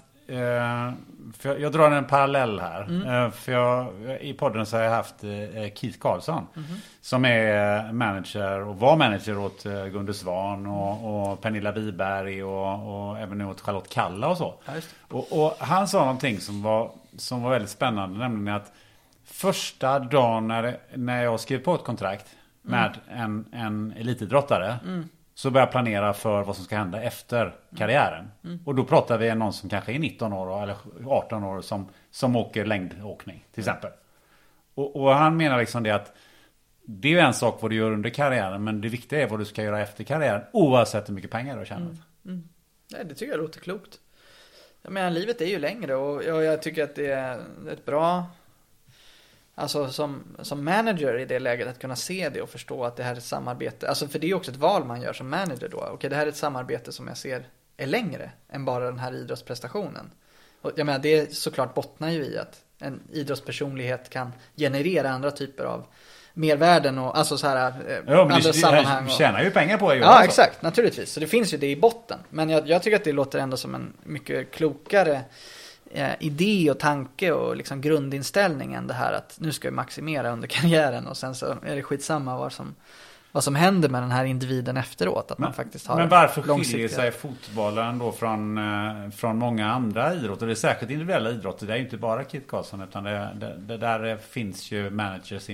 för jag drar en parallell här. För i podden så har jag haft Keith Karlsson som är manager och var manager åt Gunde Svan och Pernilla Wiberg och även åt Charlotte Kalla och så. Ja, och han sa någonting som var väldigt spännande, nämligen att första dagen när jag skrev på ett kontrakt med en elitidrottare så börjar jag planera för vad som ska hända efter karriären. Och då pratar vi om någon som kanske är 19 år eller 18 år som åker längdåkning till exempel. Och han menar liksom det att det är en sak vad du gör under karriären, men det viktiga är vad du ska göra efter karriären oavsett hur mycket pengar du har tjänat. Nej, det tycker jag låter klokt. Jag menar, livet är ju längre och jag tycker att det är ett bra... Alltså som manager i det läget att kunna se det och förstå att det här är ett samarbete. Alltså för det är också ett val man gör som manager då. Okej, det här är ett samarbete som jag ser är längre än bara den här idrottsprestationen. Och jag menar, det såklart bottnar ju i att en idrottspersonlighet kan generera andra typer av mervärden och alltså så här andra sammanhang. Du tjänar ju pengar på det. Ja, alltså. Exakt, naturligtvis. Så det finns ju det i botten. Men jag tycker att det låter ändå som en mycket klokare idé och tanke och liksom grundinställning än det här att nu ska vi maximera under karriären och sen så är det skitsamma vad som händer med den här individen efteråt, att man faktiskt har. Men varför skiljer sig fotbollen då från många andra idrotter? Det är särskilt individuella idrotter. Det är ju inte bara Kit Karlsson, utan det där finns ju managers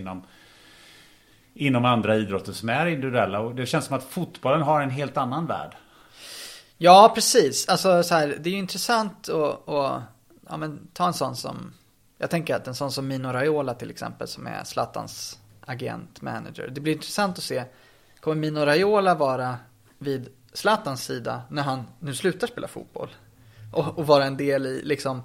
inom andra idrotter som är individuella, och det känns som att fotbollen har en helt annan värld. Ja, precis. Alltså så här, det är ju intressant att ja, men ta en sån som, jag tänker att en sån som Mino Raiola till exempel, som är Zlatans agent, manager. Det blir intressant att se, kommer Mino Raiola vara vid Zlatans sida när han nu slutar spela fotboll och vara en del i liksom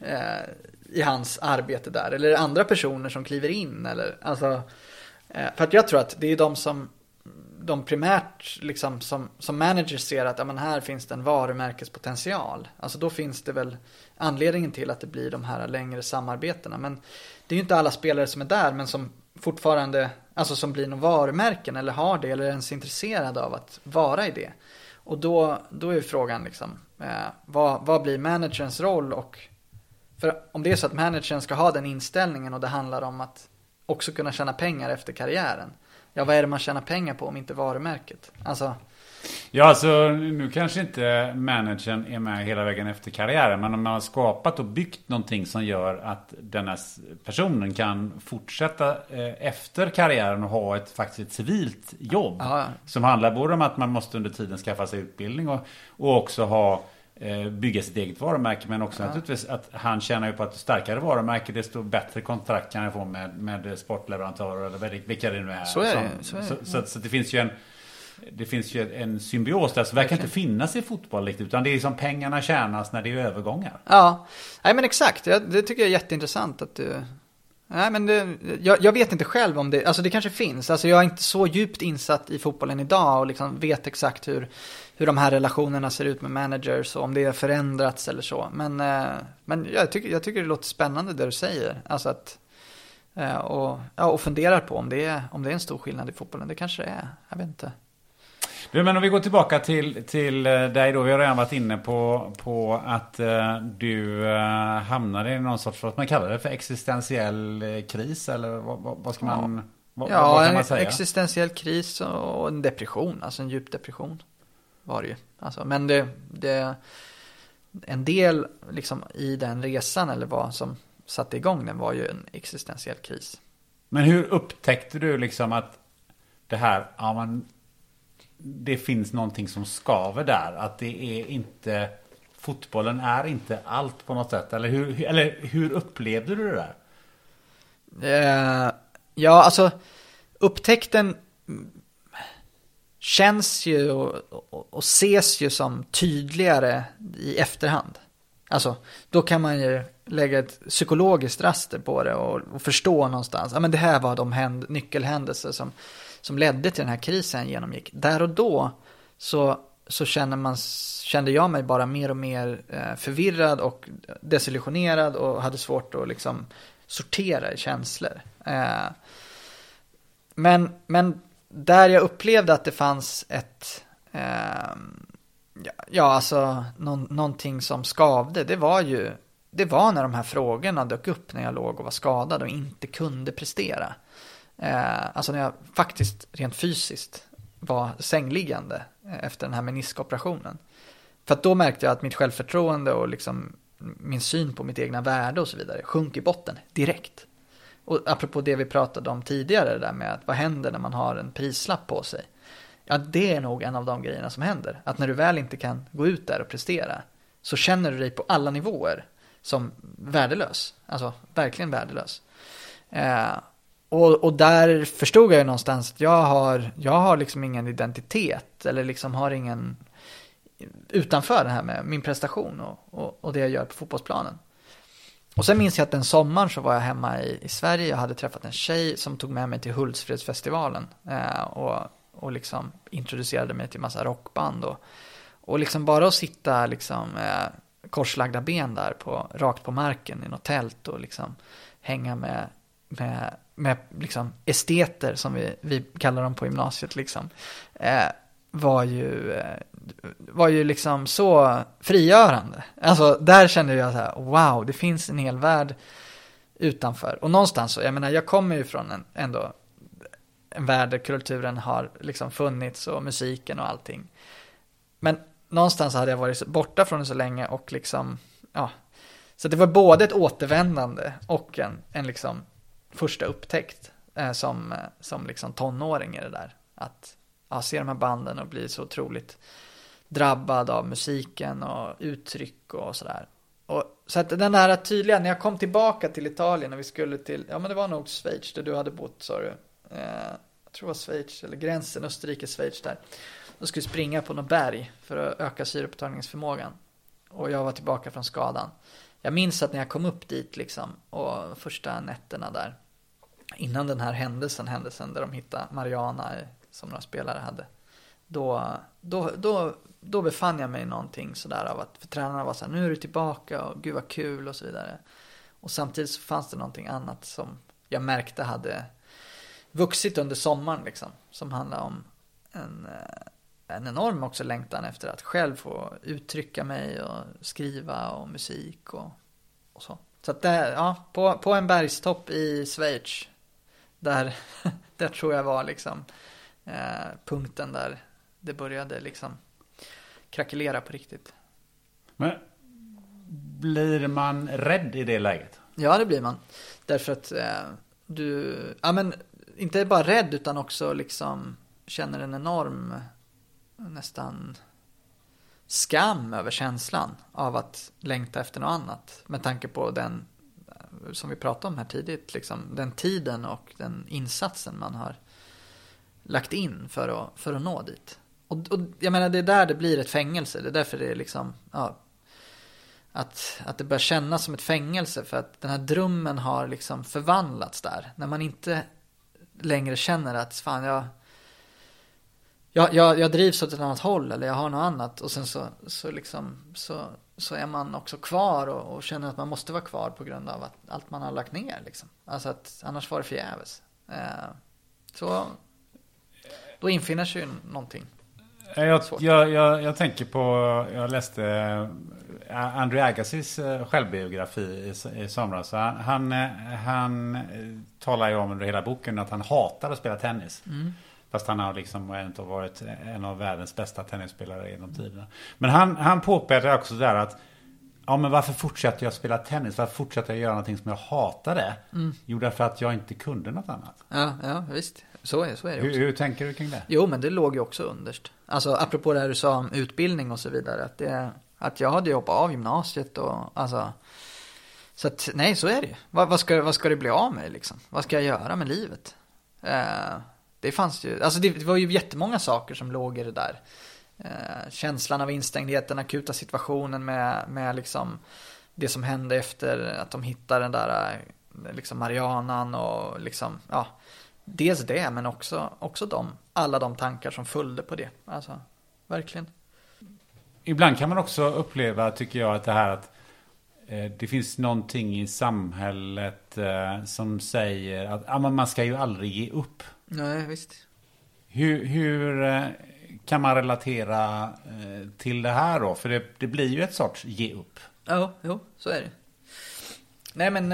i hans arbete där, eller är det andra personer som kliver in, eller alltså för att jag tror att det är de primärt liksom som manager ser att ja, men här finns det en varumärkespotential. Alltså då finns det väl anledningen till att det blir de här längre samarbetena. Men det är ju inte alla spelare som är där, men som fortfarande, alltså som blir någon varumärken eller har det, eller är ens intresserade av att vara i det. Och då är ju frågan liksom, vad blir managerns roll? Och för om det är så att managern ska ha den inställningen och det handlar om att också kunna tjäna pengar efter karriären. Ja, vad är det man tjänar pengar på om inte varumärket? Alltså... Ja, alltså nu kanske inte managern är med hela vägen efter karriären, men om man har skapat och byggt någonting som gör att den här personen kan fortsätta efter karriären och ha faktiskt ett civilt jobb som handlar både om att man måste under tiden skaffa sig utbildning och också bygga sitt eget varumärke, men också naturligtvis att han tjänar ju på att starkare varumärke, desto bättre kontrakt kan jag få med sportleverantörer eller vilka det nu är. Så är det. Så det finns ju en symbios där, så verkar inte finnas i fotboll riktigt, utan det är som pengarna tjänas när det är övergångar. Ja, nej men exakt. Det tycker jag är jätteintressant att du... Nej, men jag vet inte själv om det, alltså det kanske finns. Alltså jag är inte så djupt insatt i fotbollen idag och liksom vet exakt hur de här relationerna ser ut med managers och om det har förändrats eller så. Men jag tycker det låter spännande det du säger. Alltså att och funderar på om det är en stor skillnad i fotbollen. Det kanske det är, jag vet inte. Du, men om vi går tillbaka till dig då. Vi har redan varit inne på att du hamnade i någon sorts, vad man kallar det för, existentiell kris, eller vad ska man vad kan man säga? En existentiell kris och en depression, alltså en djup depression var det ju. Alltså, men det en del liksom i den resan, eller vad som satte igång den, var ju en existentiell kris. Men hur upptäckte du liksom att det här, det finns någonting som skaver där, att det är inte, fotbollen är inte allt på något sätt, eller hur upplevde du det där? Ja, alltså upptäckten känns ju och ses ju som tydligare i efterhand. Alltså då kan man ju lägga ett psykologiskt raster på det och förstå någonstans, ja men det här var de nyckelhändelser som ledde till den här krisen genomgick. Där och då så så kände jag mig bara mer och mer förvirrad och desillusionerad och hade svårt att liksom sortera i känslor. Men där jag upplevde att det fanns ett alltså någonting som skavde, det var när de här frågorna dök upp när jag låg och var skadad och inte kunde prestera. Alltså när jag faktiskt rent fysiskt var sängliggande efter den här meniskoperationen. För att då märkte jag att mitt självförtroende och liksom min syn på mitt egna värde och så vidare sjönk i botten direkt. Och apropå det vi pratade om tidigare, det där med att vad händer när man har en prislapp på sig. Ja, det är nog en av de grejerna som händer. Att när du väl inte kan gå ut där och prestera så känner du dig på alla nivåer som värdelös. Alltså verkligen värdelös. Och där förstod jag ju någonstans att jag har liksom ingen identitet eller liksom har ingen utanför det här med min prestation och det jag gör på fotbollsplanen. Och sen minns jag att den sommaren så var jag hemma i Sverige. Jag hade träffat en tjej som tog med mig till Hultsfredsfestivalen och liksom introducerade mig till massa rockband och liksom bara att sitta liksom korslagda ben där rakt på marken i något tält och liksom hänga med liksom esteter som vi kallar dem på gymnasiet liksom, var ju liksom så frigörande. Alltså där kände jag så här, wow, det finns en hel värld utanför. Och någonstans så, jag menar, jag kommer ju från en värld där kulturen har liksom funnits och musiken och allting. Men någonstans hade jag varit borta från det så länge och liksom, ja. Så det var både ett återvändande och en liksom första upptäckt som liksom tonåring i det där. Att se de här banden och bli så otroligt drabbad av musiken och uttryck och sådär. Så att den här tydliga, när jag kom tillbaka till Italien och vi skulle till, ja men det var nog Schweiz där du hade bott, sa du. Jag tror det var Schweiz, eller gränsen Österrike-Schweiz där. Då skulle springa på något berg för att öka syreupptagningsförmågan. Och jag var tillbaka från skadan. Jag minns att när jag kom upp dit liksom, och första nätterna där, innan den här händelsen där de hittade Mariana som några spelare hade, då befann jag mig i någonting sådär av att, för tränarna var så här, nu är du tillbaka och gud vad kul och så vidare. Och samtidigt så fanns det någonting annat som jag märkte hade vuxit under sommaren liksom, som handlade om en enorm också längtan efter att själv få uttrycka mig och skriva och musik och så. Så att där, ja, på en bergstopp i Schweiz, där tror jag var liksom punkten där det började liksom krackelera på riktigt. Men blir man rädd i det läget? Ja, det blir man. Därför att men inte bara rädd utan också liksom känner en enorm nästan skam över känslan av att längta efter något annat. Med tanke på den, som vi pratade om här tidigt, liksom, den tiden och den insatsen man har lagt in för att nå dit. Och jag menar, det är där det blir ett fängelse. Det är därför det är liksom, ja, att det börjar kännas som ett fängelse. För att den här drömmen har liksom förvandlats där. När man inte längre känner att fan, jag drivs åt ett annat håll eller jag har något annat. Och sen så är man också kvar och känner att man måste vara kvar på grund av att allt man har lagt ner liksom. Alltså att annars var det förgäves. Så då infinner sig ju någonting. Jag tänker på, jag läste Andre Agassys självbiografi i somras. Han talar ju om under hela boken att han hatar att spela tennis. Fast han har liksom inte varit en av världens bästa tennisspelare genom tiderna. Men han påpekar också där att ja, men varför fortsätter jag spela tennis? Varför fortsätter jag göra någonting som jag hatade? Jo, därför att jag inte kunde något annat. Ja, visst. Så är det också. Hur tänker du kring det? Jo, men det låg ju också underst. Alltså, apropå det här du sa om utbildning och så vidare. Att jag hade hoppat av gymnasiet och alltså. Så att, nej, så är det ju. Vad ska det bli av mig liksom? Vad ska jag göra med livet? Det fanns ju, alltså det var ju jättemånga saker som låg i det där. Känslan av instängdhet, den akuta situationen med liksom det som hände efter att de hittade den där liksom Marianan och liksom, ja, dels det, men också alla de tankar som följde på det. Alltså, verkligen. ibland kan man också uppleva, tycker jag, att det här att det finns någonting i samhället som säger att man ska ju aldrig ge upp. Nej, visst. Hur kan man relatera till det här då? För det blir ju ett sorts ge upp. Jo, så är det. Nej, men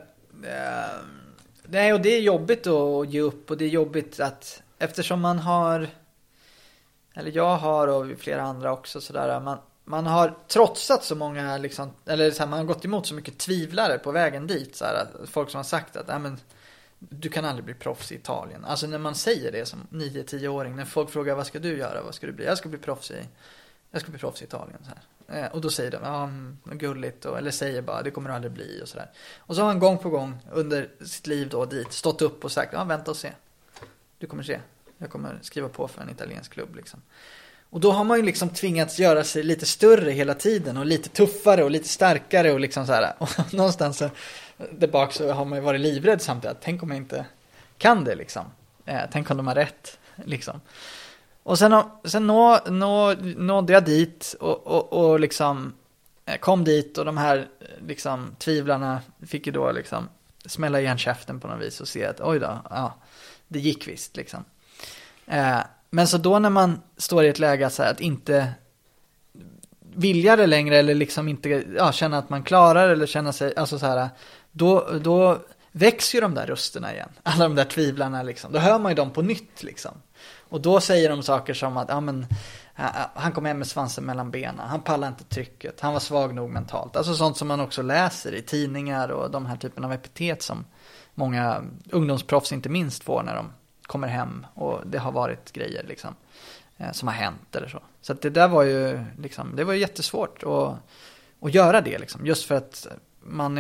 nej, och det är jobbigt att ge upp, och det är jobbigt att eftersom man har, eller jag har och flera andra också sådär, man har trotsat så många liksom, eller så här, man har gått emot så mycket tvivlare på vägen dit så här, folk som har sagt att men du kan aldrig bli proffs i Italien. Alltså när man säger det som 9-10-åring, när folk frågar vad ska du göra, vad ska du bli? Jag ska bli proffs i Italien så här. Och då säger de gulligt, eller säger bara det kommer du aldrig bli och sådär. Och så har han gång på gång under sitt liv då dit stått upp och sagt vänta och se. Du kommer se. Jag kommer skriva på för en italiensk klubb liksom. Och då har man ju liksom tvingats göra sig lite större hela tiden och lite tuffare och lite starkare och liksom så här. Och någonstans så, där bak så har man ju varit livrädd samtidigt. Tänk om jag inte kan det liksom. Tänk om de har rätt liksom. Och sen nådde jag dit och liksom kom dit, och de här liksom tvivlarna fick ju då liksom smälla igen käften på något vis och se att oj då, det gick visst liksom. Men så då när man står i ett läge så här, att inte vilja det längre, eller liksom inte känna att man klarar, eller känna sig, alltså så här, då växer ju de där rösterna igen. Alla de där tvivlarna liksom. Då hör man ju dem på nytt liksom. Och då säger de saker som att han kom hem med svansen mellan benen, han pallar inte trycket, han var svag nog mentalt. Alltså sånt som man också läser i tidningar och de här typen av epitet som många ungdomsproffs inte minst får när de kommer hem och det har varit grejer liksom, som har hänt eller så. Så att det där var ju liksom, det var ju jättesvårt att göra det liksom, just för att man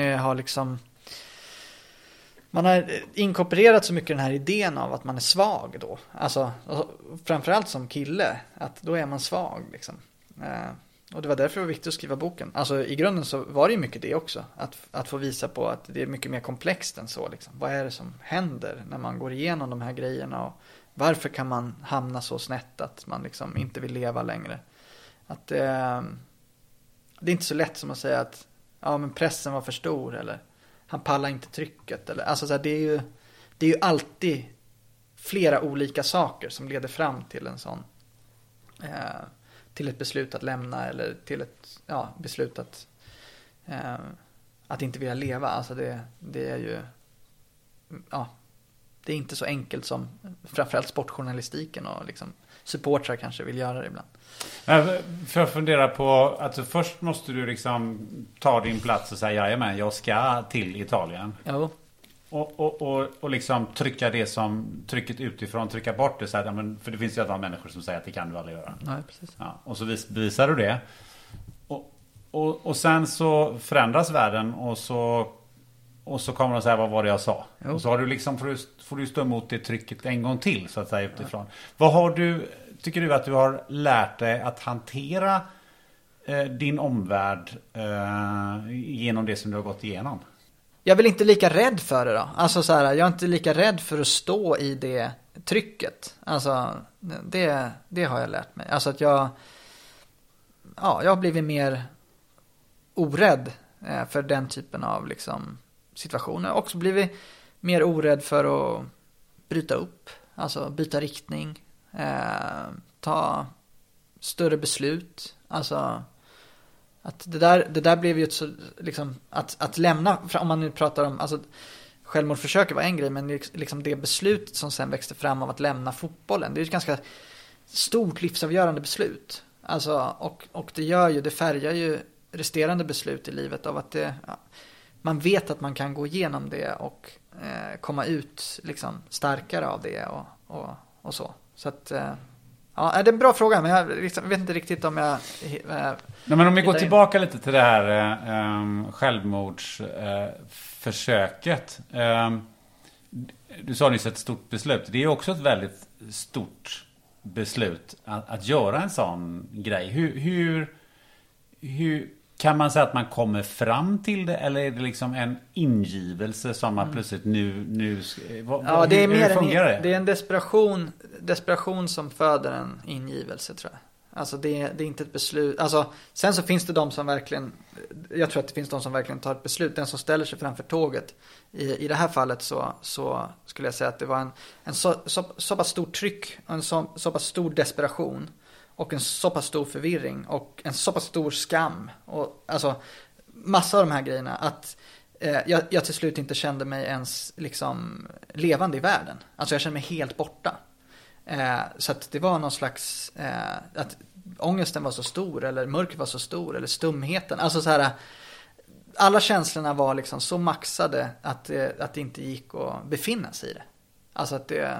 har inkorporerat så mycket den här idén av att man är svag då. Alltså framförallt som kille, att då är man svag liksom. Och det var därför det var viktigt att skriva boken. Alltså i grunden så var det ju mycket det också. Att få visa på att det är mycket mer komplext än så liksom. Vad är det som händer när man går igenom de här grejerna, och varför kan man hamna så snett att man liksom inte vill leva längre? Att det är inte så lätt som att säga att men pressen var för stor, eller han pallar inte trycket, eller alltså så här, det är ju alltid flera olika saker som leder fram till en sån till ett beslut att lämna, eller till ett beslut att inte vilja leva. Alltså det är ju det är inte så enkelt som framförallt sportjournalistiken och liksom supportrar kanske vill göra det ibland. För att fundera på att först måste du liksom ta din plats och säga jajamän, jag ska till Italien. Jo. Och liksom trycka det som trycket utifrån, trycka bort det så här, för det finns ju alla människor som säger att det kan du aldrig göra. Nej, precis. Ja, och så visar du det. Och sen så förändras världen, och så kommer de säga vad var det jag sa. Jo. Och så har du liksom, får du stå emot det trycket en gång till så att säga utifrån. Ja. Tycker du att du har lärt dig att hantera din omvärld genom det som du har gått igenom? Jag är väl inte lika rädd för det då. Alltså så här, jag är inte lika rädd för att stå i det trycket. Alltså det har jag lärt mig. Alltså att jag har blivit mer orädd för den typen av liksom situationer. Också blivit mer orädd för att bryta upp, alltså byta riktning, ta större beslut. Alltså att det där blev ju så liksom att lämna, om man nu pratar om, alltså självmordsförsöket var en grej, men liksom det beslut som sen växte fram av att lämna fotbollen, det är ju ett ganska stort livsavgörande beslut. Alltså och det färgar ju resterande beslut i livet av att man vet att man kan gå igenom det och komma ut liksom starkare av det och så. Så att det är en bra fråga, men jag vet inte riktigt om jag nej, men om vi går tillbaka lite till det här självmordsförsöket. Du sa nyss ett stort beslut. Det är också ett väldigt stort beslut att göra en sån grej. Hur kan man säga att man kommer fram till det, eller är det liksom en ingivelse som man plötsligt nu det är mer det är en desperation som föder en ingivelse, tror jag. Alltså det är inte ett beslut. Alltså, sen så finns det de som verkligen, jag tror att det finns de som verkligen tar ett beslut. Den som ställer sig framför tåget. I det här fallet så skulle jag säga att det var en så pass stor tryck, en så pass stor desperation och en så pass stor förvirring och en så pass stor skam och alltså massa av de här grejerna att jag till slut inte kände mig ens liksom levande i världen. Alltså jag kände mig helt borta. Så att det var någon slags att ångesten var så stor eller mörkret var så stor eller stumheten. Alltså så här, alla känslorna var liksom så maxade att det inte gick att befinna sig i det. Alltså att det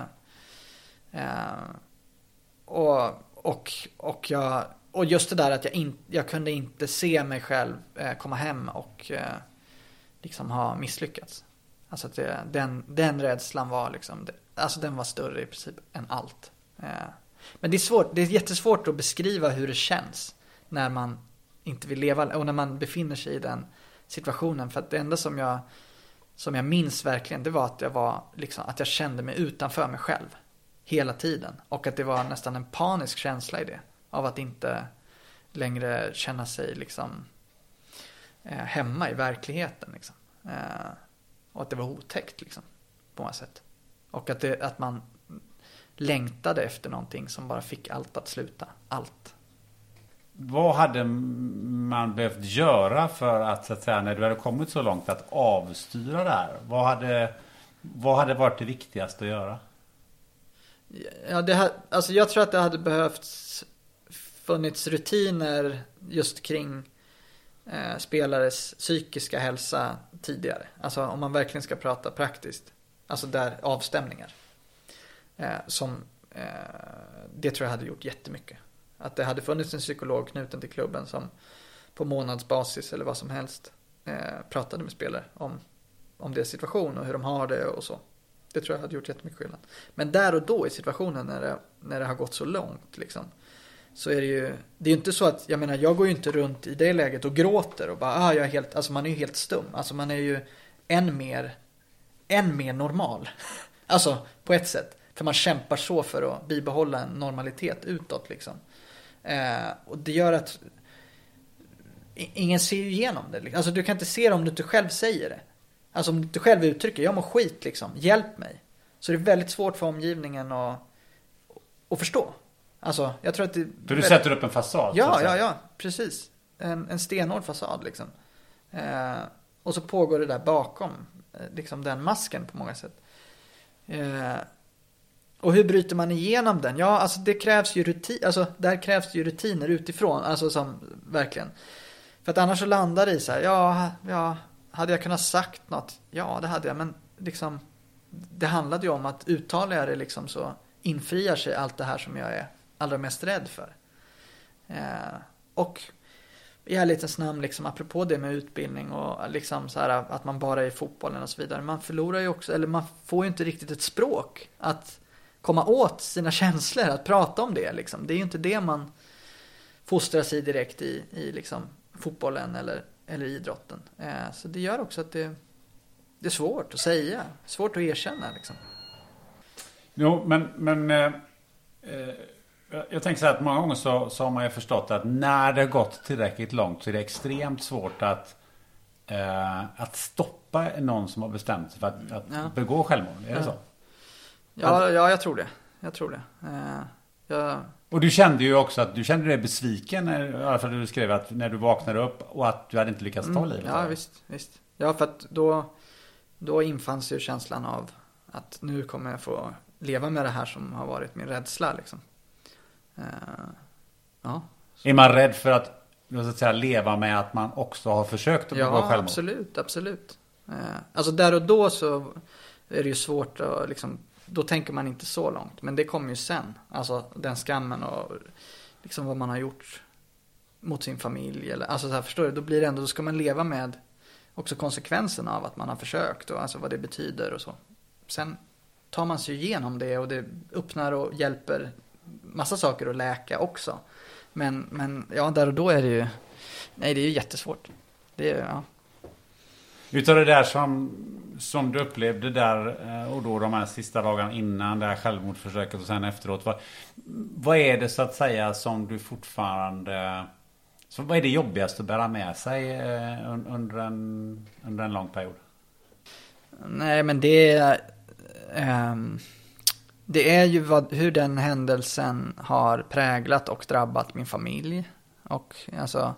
och just det där att jag kunde inte se mig själv komma hem och liksom ha misslyckats. Alltså att den rädslan var liksom alltså den var större i princip än allt. Men det är jättesvårt att beskriva hur det känns när man inte vill leva och när man befinner sig i den situationen. För att det enda som jag minns verkligen, det var att jag var liksom, att jag kände mig utanför mig själv hela tiden. Och att det var nästan en panisk känsla i det. Av att inte längre känna sig liksom hemma i verkligheten liksom. Och att det var otäckt liksom, på något sätt. Och att man längtade efter någonting som bara fick allt att sluta. Allt. Vad hade man behövt göra för att, så att säga, när du hade kommit så långt att avstyra det här? Vad hade varit det viktigaste att göra? Ja, alltså jag tror att det hade behövts funnits rutiner just kring spelares psykiska hälsa tidigare. Alltså om man verkligen ska prata praktiskt. Alltså där avstämningar. Det tror jag hade gjort jättemycket. Att det hade funnits en psykolog knuten till klubben som på månadsbasis eller vad som helst pratade med spelare om deras situation och hur de har det och så. Det tror jag hade gjort jättemycket skillnad. Men där och då i situationen när det har gått så långt liksom, så är det är ju inte så att, jag menar, jag går ju inte runt i det läget och gråter och bara jag är helt, alltså man är ju helt stum. Alltså man är ju än mer normal. Alltså på ett sätt. För man kämpar så för att bibehålla en normalitet utåt liksom. Och det gör att ingen ser ju igenom det. Alltså du kan inte se det om du inte själv säger det. Alltså om du inte själv uttrycker, jag mår skit liksom, hjälp mig. Så det är väldigt svårt för omgivningen att förstå. Alltså jag tror att det... För du sätter upp en fasad. Ja, precis. En stenhård fasad liksom. Och så pågår det där bakom liksom den masken på många sätt. Och hur bryter man igenom den? Ja, alltså det krävs ju där krävs ju rutiner utifrån, alltså som verkligen. För att annars så landar det i så här, ja, hade jag kunnat sagt något? Ja, det hade jag, men liksom det handlade ju om att uttala jag det liksom så infriar sig allt det här som jag är allra mest rädd för. Och i ärlighetens namn liksom, apropå det med utbildning och liksom så här att man bara är i fotbollen och så vidare, man förlorar ju också, eller man får ju inte riktigt ett språk att komma åt sina känslor, att prata om det liksom. Det är ju inte det man fostrar sig direkt i liksom fotbollen eller idrotten. Så det gör också att det är svårt att säga, svårt att erkänna liksom. Jo, men jag tänker så här att många gånger så har man ju förstått att när det har gått tillräckligt långt så är det extremt svårt att stoppa någon som har bestämt sig för att begå självmord. Är det så? Ja, jag tror det. Och du kände ju också att du kände dig besviken, i alla fall du skrev att när du vaknade upp och att du hade inte lyckats ta livet. Ja, visst. Ja, för att då infanns ju känslan av att nu kommer jag få leva med det här som har varit min rädsla liksom. Ja. Är man rädd för att, så att säga, leva med att man också har försökt att begå självmord? Absolut. Alltså där och då så är det ju svårt att liksom, då tänker man inte så långt, men det kommer ju sen. Alltså den skammen och liksom vad man har gjort mot sin familj eller, alltså så här, förstår du, då blir det ändå, då ska man leva med också konsekvenserna av att man har försökt och alltså vad det betyder och så. Sen tar man sig igenom det och det öppnar och hjälper massa saker att läka också. Men ja, där och då är det ju, nej, det är ju jättesvårt. Det är, ja. Utav det där som du upplevde där och då de här sista dagarna innan det här självmordsförsöket och sen efteråt. Vad är det så att säga som du fortfarande... Så vad är det jobbigaste att bära med sig under en lång period? Nej, men det är ju hur den händelsen har präglat och drabbat min familj. Och alltså...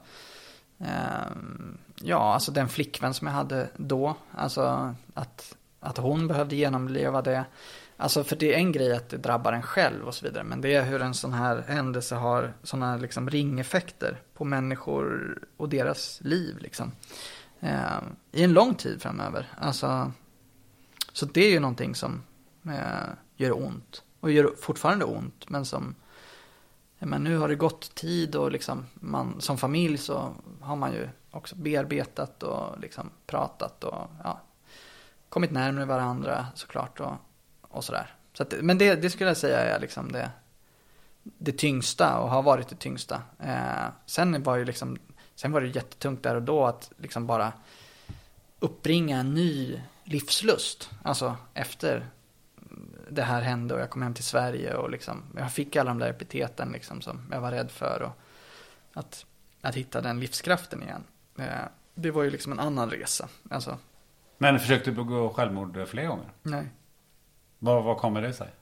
alltså den flickvän som jag hade då, alltså att hon behövde genomleva det, alltså för det är en grej att det drabbar en själv och så vidare, men det är hur en sån här händelse har såna liksom ringeffekter på människor och deras liv liksom i en lång tid framöver, alltså så det är ju någonting som gör ont och gör fortfarande ont, men som men nu har det gått tid och liksom man som familj så har man ju också bearbetat och liksom pratat och kommit närmare varandra såklart och sådär. Så att, men det skulle jag säga är liksom det tyngsta och har varit det tyngsta. Sen var det jättetungt där och då att liksom bara uppbringa en ny livslust. Alltså efter det här hände och jag kom hem till Sverige och liksom, jag fick alla de där epiteten liksom, som jag var rädd för och att hitta den livskraften igen. Det var ju liksom en annan resa. Alltså. Men försökte du begå självmord fler gånger? Nej. Vad kommer det sig?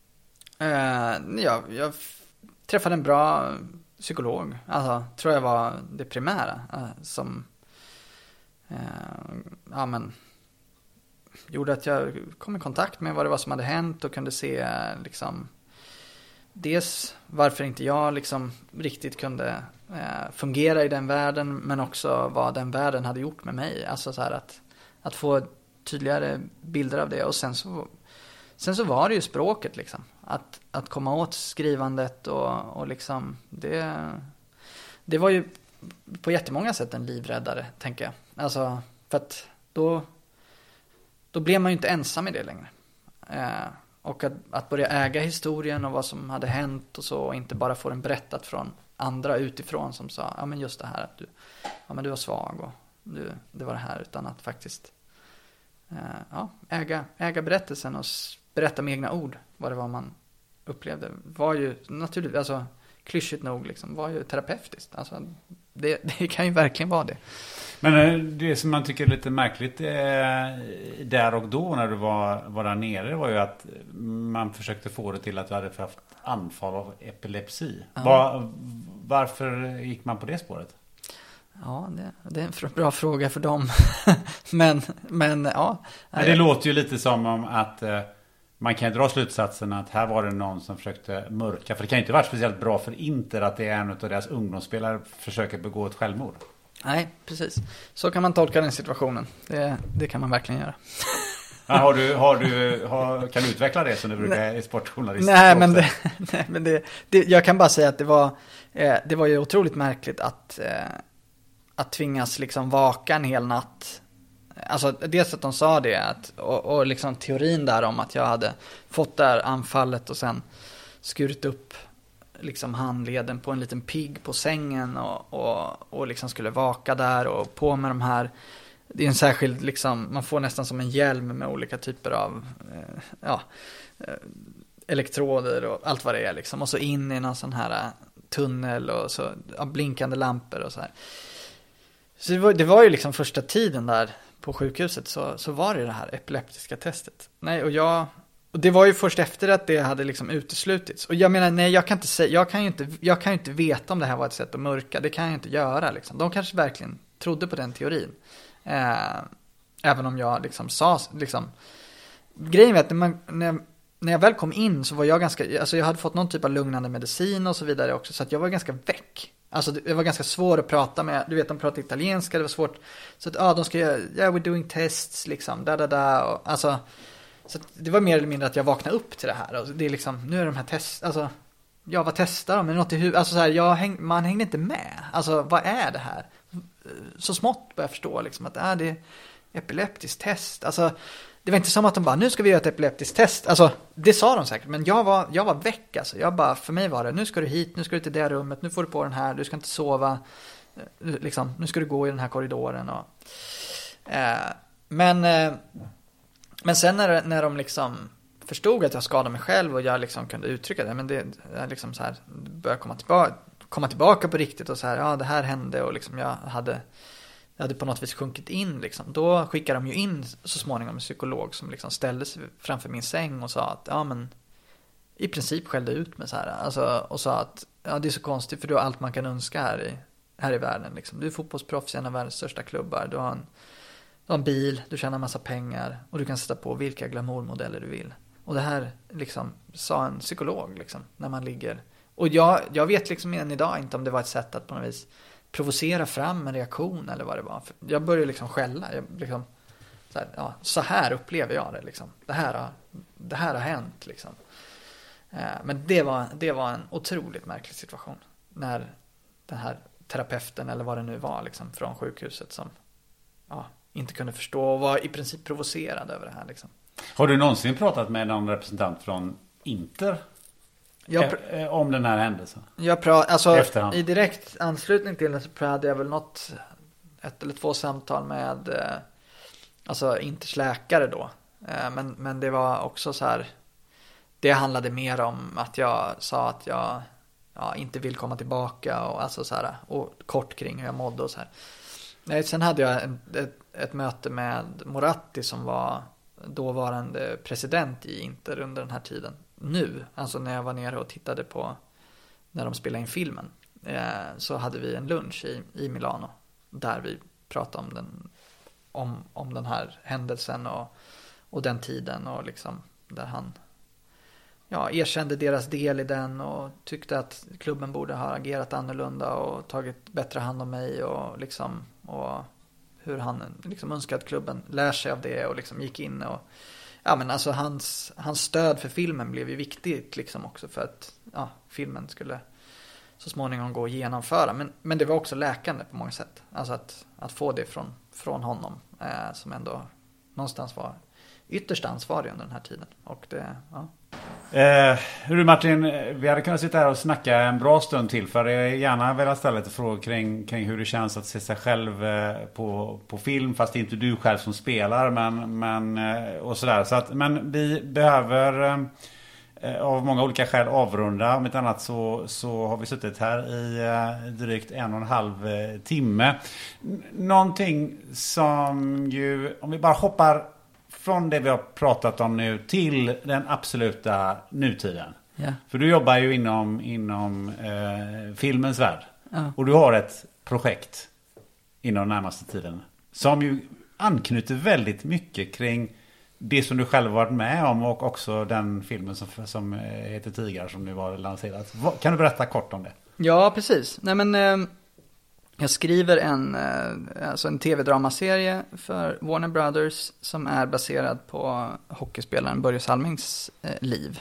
Jag träffade en bra psykolog. Alltså, tror jag var det primära som gjorde att jag kom i kontakt med vad det var som hade hänt och kunde se liksom dels varför inte jag liksom riktigt kunde fungera i den världen, men också vad den världen hade gjort med mig. Alltså så här att få tydligare bilder av det. Och sen så var det ju språket liksom. Att komma åt skrivandet och liksom det var ju på jättemånga sätt en livräddare, tänker jag. Alltså för att då blev man ju inte ensam i det längre. Och att börja äga historien och vad som hade hänt och så, och inte bara få den berättat från andra utifrån som sa, ja men just det här att du var svag och det var det här, utan att faktiskt äga berättelsen och berätta med egna ord vad det var man upplevde, var ju naturligt, alltså klyschigt nog liksom, var ju terapeutiskt. Alltså det kan ju verkligen vara det. Men det som man tycker är lite märkligt där och då när du var där nere var ju att man försökte få det till att du hade haft anfall av epilepsi. Varför gick man på det spåret? Ja, det är en bra fråga för dem. men ja. Men det låter ju lite som om att man kan dra slutsatsen att här var det någon som försökte mörka. För det kan ju inte vara speciellt bra för Inter att det är en av deras ungdomsspelare försöker begå ett självmord. Nej, precis. Så kan man tolka den situationen. Det kan man verkligen göra. Kan du utveckla det som du brukar i sportjournalist? Nej, men jag kan bara säga att det var ju otroligt märkligt att tvingas liksom vaka en hel natt. Alltså dels att de sa det och liksom teorin där om att jag hade fått det här anfallet och sen skurit upp liksom handleden på en liten pigg på sängen och liksom skulle vaka där och på med de här, det är en särskild liksom, man får nästan som en hjälm med olika typer av elektroder och allt vad det är liksom, och så in i någon sån här tunnel och så blinkande lampor och så här. Så det var ju liksom första tiden där på sjukhuset så var det här epileptiska testet. Nej, och det var ju först efter att det hade liksom uteslutits. Och jag menar, nej, jag kan ju inte veta om det här var ett sätt att mörka. Det kan jag inte göra liksom. De kanske verkligen trodde på den teorin. Även om jag liksom sa liksom, grejen är att när jag väl kom in så var jag ganska, alltså jag hade fått någon typ av lugnande medicin och så vidare också, så att jag var ganska väck. Alltså det var ganska svårt att prata med, du vet, de pratar italienska, det var svårt. Så att de ska göra, we're doing tests liksom, och alltså, så det var mer eller mindre att jag vaknade upp till det här. Och det är liksom, nu är de här test, alltså vad testar de? Är det något i huvudet? Alltså så här, man hängde inte med. Alltså vad är det här? Så smått började jag förstå liksom att det är epileptiskt test. Alltså det var inte som att de bara, nu ska vi göra ett epileptiskt test. Alltså det sa de säkert, men jag var väck alltså. För mig var det, nu ska du hit, nu ska du till det rummet, nu får du på den här, du ska inte sova. Liksom, nu ska du gå i den här korridoren och Men sen när de liksom förstod att jag skadade mig själv och jag liksom kunde uttrycka det, men det liksom så här började komma tillbaka på riktigt och så här, ja det här hände och liksom jag hade på något vis sjunkit in liksom. Då skickade de ju in så småningom en psykolog som liksom ställde sig framför min säng och sa att ja men i princip skällde ut mig så här, alltså, och sa att ja det är så konstigt för du har allt man kan önska här i världen liksom. Du är fotbollsproffs i en av världens största klubbar, du har en bil, du tjänar massa pengar och du kan sätta på vilka glamourmodeller du vill. Och det här liksom sa en psykolog liksom, när man ligger. Och jag vet liksom än idag inte om det var ett sätt att på något vis provocera fram en reaktion eller vad det var. För jag började liksom skälla. Jag liksom, så här upplever jag det liksom. Det här har hänt liksom. Men det var en otroligt märklig situation. När den här terapeuten eller vad det nu var liksom, från sjukhuset som inte kunde förstå och var i princip provocerad över det här liksom. Har du någonsin pratat med någon representant från Inter om den här händelsen? I direkt anslutning till det så hade jag väl ett eller två samtal med Inters läkare då. Men det var också så här, det handlade mer om att jag sa att jag inte vill komma tillbaka och alltså så här, och kort kring hur jag mådde och så här. Nej, sen hade jag ett möte med Moratti som var dåvarande president i Inter under den här tiden. Nu, alltså när jag var nere och tittade på när de spelade in filmen, så hade vi en lunch i Milano där vi pratade om den här händelsen och den tiden och liksom där han erkände deras del i den och tyckte att klubben borde ha agerat annorlunda och tagit bättre hand om mig och liksom och hur han liksom önskade att klubben lär sig av det och liksom gick in och men alltså hans stöd för filmen blev ju viktigt liksom också för att filmen skulle så småningom gå att genomföra, men det var också läkande på många sätt, alltså att få det från honom som ändå någonstans var ytterst ansvarig under den här tiden. Och det Hur Martin, vi hade kunnat sitta här och snacka en bra stund till, för jag gärna vill ställa lite frågor kring hur det känns att se sig själv på film, fast det är inte du själv som spelar, men och sådär. Men vi behöver av många olika skäl avrunda. Om ett annat så har vi suttit här i drygt 1,5 timme. Någonting som ju, om vi bara hoppar från det vi har pratat om nu till den absoluta nutiden. Yeah. För du jobbar ju inom filmens värld. Och du har ett projekt inom den närmaste tiden som ju anknyter väldigt mycket kring det som du själv har varit med om och också den filmen som heter Tigrar som nu var lanserat. Kan du berätta kort om det? Ja, precis. Nej, men jag skriver en tv-dramaserie för Warner Brothers som är baserad på hockeyspelaren Börje Salmings liv.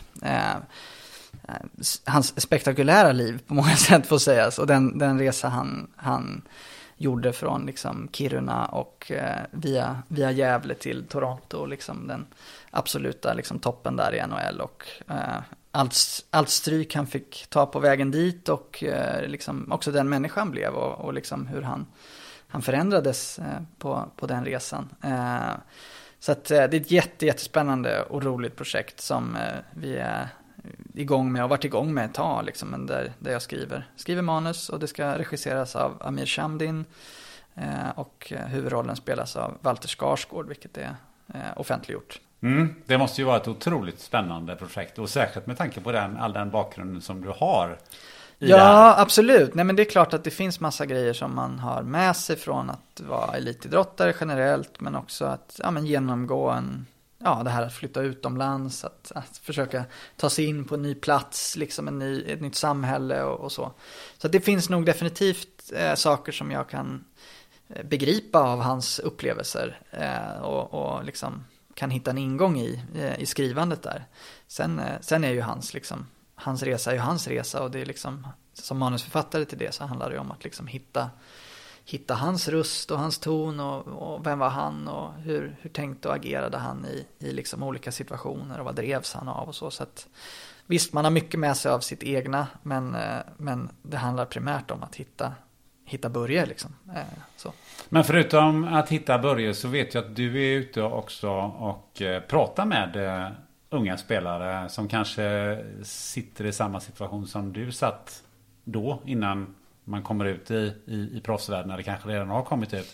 Hans spektakulära liv på många sätt får sägas. Och den resa han gjorde från liksom Kiruna och via Gävle till Toronto, liksom den absoluta liksom toppen där i NHL, och allt stryk han fick ta på vägen dit och liksom också den människan blev och liksom hur han förändrades på den resan. Så att det är ett jättespännande och roligt projekt som vi är igång med och varit igång med ett tag liksom, där jag skriver manus, och det ska regisseras av Amir Shamdin och huvudrollen spelas av Walter Skarsgård, vilket är offentliggjort. Det måste ju vara ett otroligt spännande projekt, och särskilt med tanke på all den bakgrunden som du har. Ja, absolut. Nej, men det är klart att det finns massa grejer som man har med sig från att vara elitidrottare generellt, men också att genomgå det här att flytta utomlands, att försöka ta sig in på en ny plats, liksom ett nytt samhälle och så. Så det finns nog definitivt saker som jag kan begripa av hans upplevelser och liksom kan hitta en ingång i skrivandet där. Sen är ju hans resa är ju hans resa, och det är liksom, som manusförfattare till det så handlar det om att liksom hitta hans röst och hans ton och vem var han och hur tänkte och agerade han i liksom olika situationer och vad drevs han av och så. Så att visst, man har mycket med sig av sitt egna, men det handlar primärt om att hitta Börje liksom. Så. Men förutom att hitta Börje så vet jag att du är ute också och pratar med unga spelare som kanske sitter i samma situation som du satt då innan man kommer ut i proffsvärlden, eller kanske redan har kommit ut.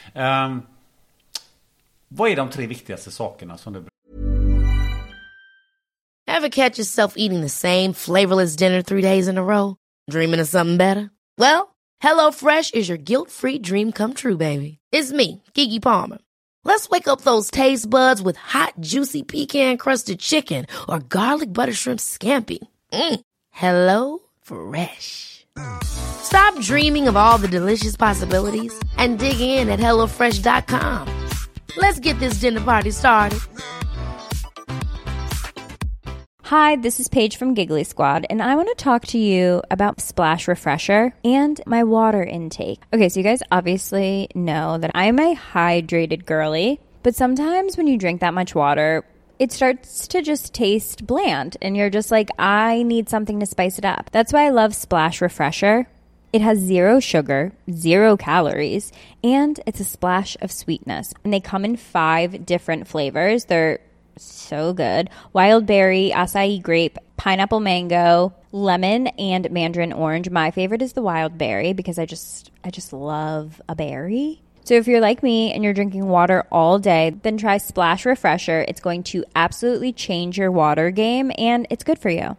Vad är de 3 viktigaste sakerna som du... Ever catch yourself eating the same flavorless dinner 3 days in a row? Dreaming of something better? Well, HelloFresh is your guilt-free dream come true, baby. It's me, Keke Palmer. Let's wake up those taste buds with hot, juicy pecan-crusted chicken or garlic butter shrimp scampi. Hello Fresh. Stop dreaming of all the delicious possibilities and dig in at HelloFresh.com. Let's get this dinner party started. Hi, this is Paige from Giggly Squad, and I want to talk to you about Splash Refresher and my water intake. Okay, so you guys obviously know that I'm a hydrated girly, but sometimes when you drink that much water, it starts to just taste bland, and you're just like, I need something to spice it up. That's why I love Splash Refresher. It has 0 sugar, 0 calories, and it's a splash of sweetness. And they come in 5 different flavors. They're so good. Wild berry, acai grape, pineapple mango, lemon, and mandarin orange. My favorite is the wild berry because I just love a berry. So if you're like me and you're drinking water all day, then try Splash Refresher. It's going to absolutely change your water game, and it's good for you.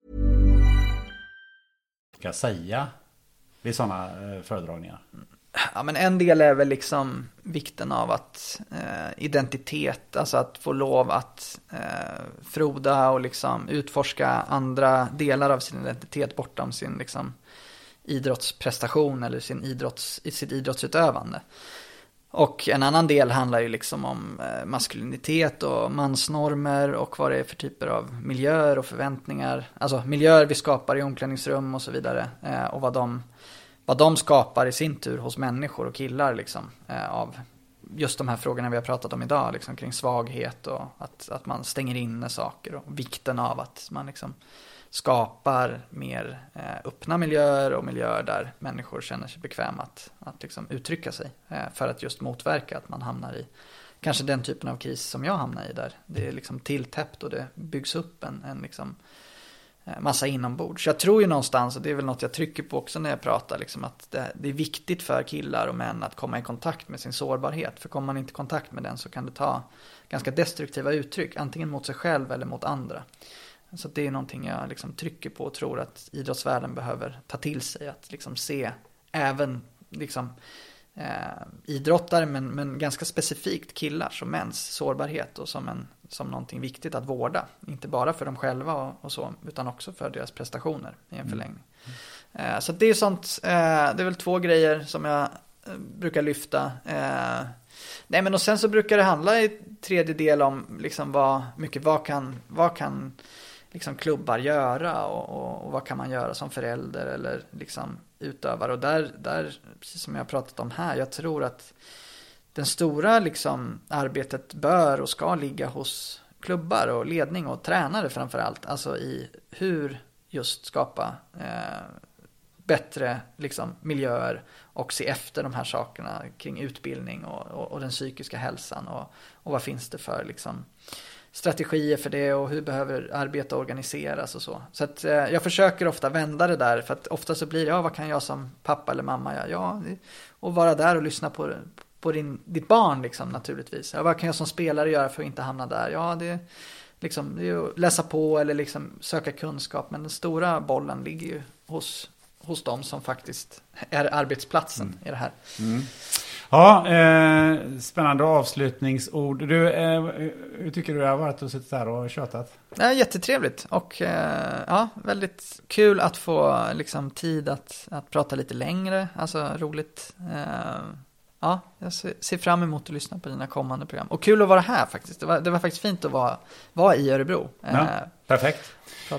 Ska jag säga vid sådana föredragningar? Ja, men en del är väl liksom vikten av att identitet, alltså att få lov att froda och liksom utforska andra delar av sin identitet bortom sin liksom idrottsprestation eller sitt idrottsutövande. Och en annan del handlar ju liksom om maskulinitet och mansnormer och vad det är för typer av miljöer och förväntningar. Alltså miljöer vi skapar i omklädningsrum och så vidare, och vad de skapar i sin tur hos människor och killar liksom, av just de här frågorna vi har pratat om idag liksom, kring svaghet och att man stänger inne saker och vikten av att man liksom skapar mer öppna miljöer och miljöer där människor känner sig bekväma att liksom uttrycka sig, för att just motverka att man hamnar i kanske den typen av kris som jag hamnar i, där det är liksom tilltäppt och det byggs upp en liksom massa inombords. Så jag tror ju någonstans, och det är väl något jag trycker på också när jag pratar, liksom att det är viktigt för killar och män att komma i kontakt med sin sårbarhet. För kommer man inte i kontakt med den så kan det ta ganska destruktiva uttryck, antingen mot sig själv eller mot andra. Så det är någonting jag liksom trycker på och tror att idrottsvärlden behöver ta till sig. Att liksom se även liksom, idrottare men ganska specifikt killars och mäns sårbarhet och som någonting viktigt att vårda. Inte bara för dem själva och så, utan också för deras prestationer i en förlängning. Så det är sånt, det är väl 2 grejer som jag brukar lyfta. Nej, men och sen så brukar det handla i tredje del om liksom vad kan liksom klubbar göra och vad kan man göra som förälder eller liksom utövare. Och där precis som jag har pratat om här, jag tror att den stora liksom arbetet bör och ska ligga hos klubbar och ledning och tränare framförallt. Alltså i hur just skapa bättre liksom miljöer och se efter de här sakerna kring utbildning och den psykiska hälsan och vad finns det för liksom strategier för det och hur behöver arbeta organiseras och så. Så att jag försöker ofta vända det där, för att ofta så blir det, vad kan jag som pappa eller mamma göra? Ja, och vara där och lyssna på ditt barn liksom, naturligtvis. Ja, vad kan jag som spelare göra för att inte hamna där? Ja, det är att läsa på eller liksom söka kunskap, men den stora bollen ligger ju hos dem som faktiskt är arbetsplatsen i det här. Ja, spännande avslutningsord. Hur tycker du det har varit att sitta där och tjötat? Ja, jättetrevligt och väldigt kul att få liksom tid att prata lite längre. Alltså roligt. Ja, jag ser fram emot att lyssna på dina kommande program. Och kul att vara här faktiskt. Det var faktiskt fint att vara i Örebro. Ja, perfekt.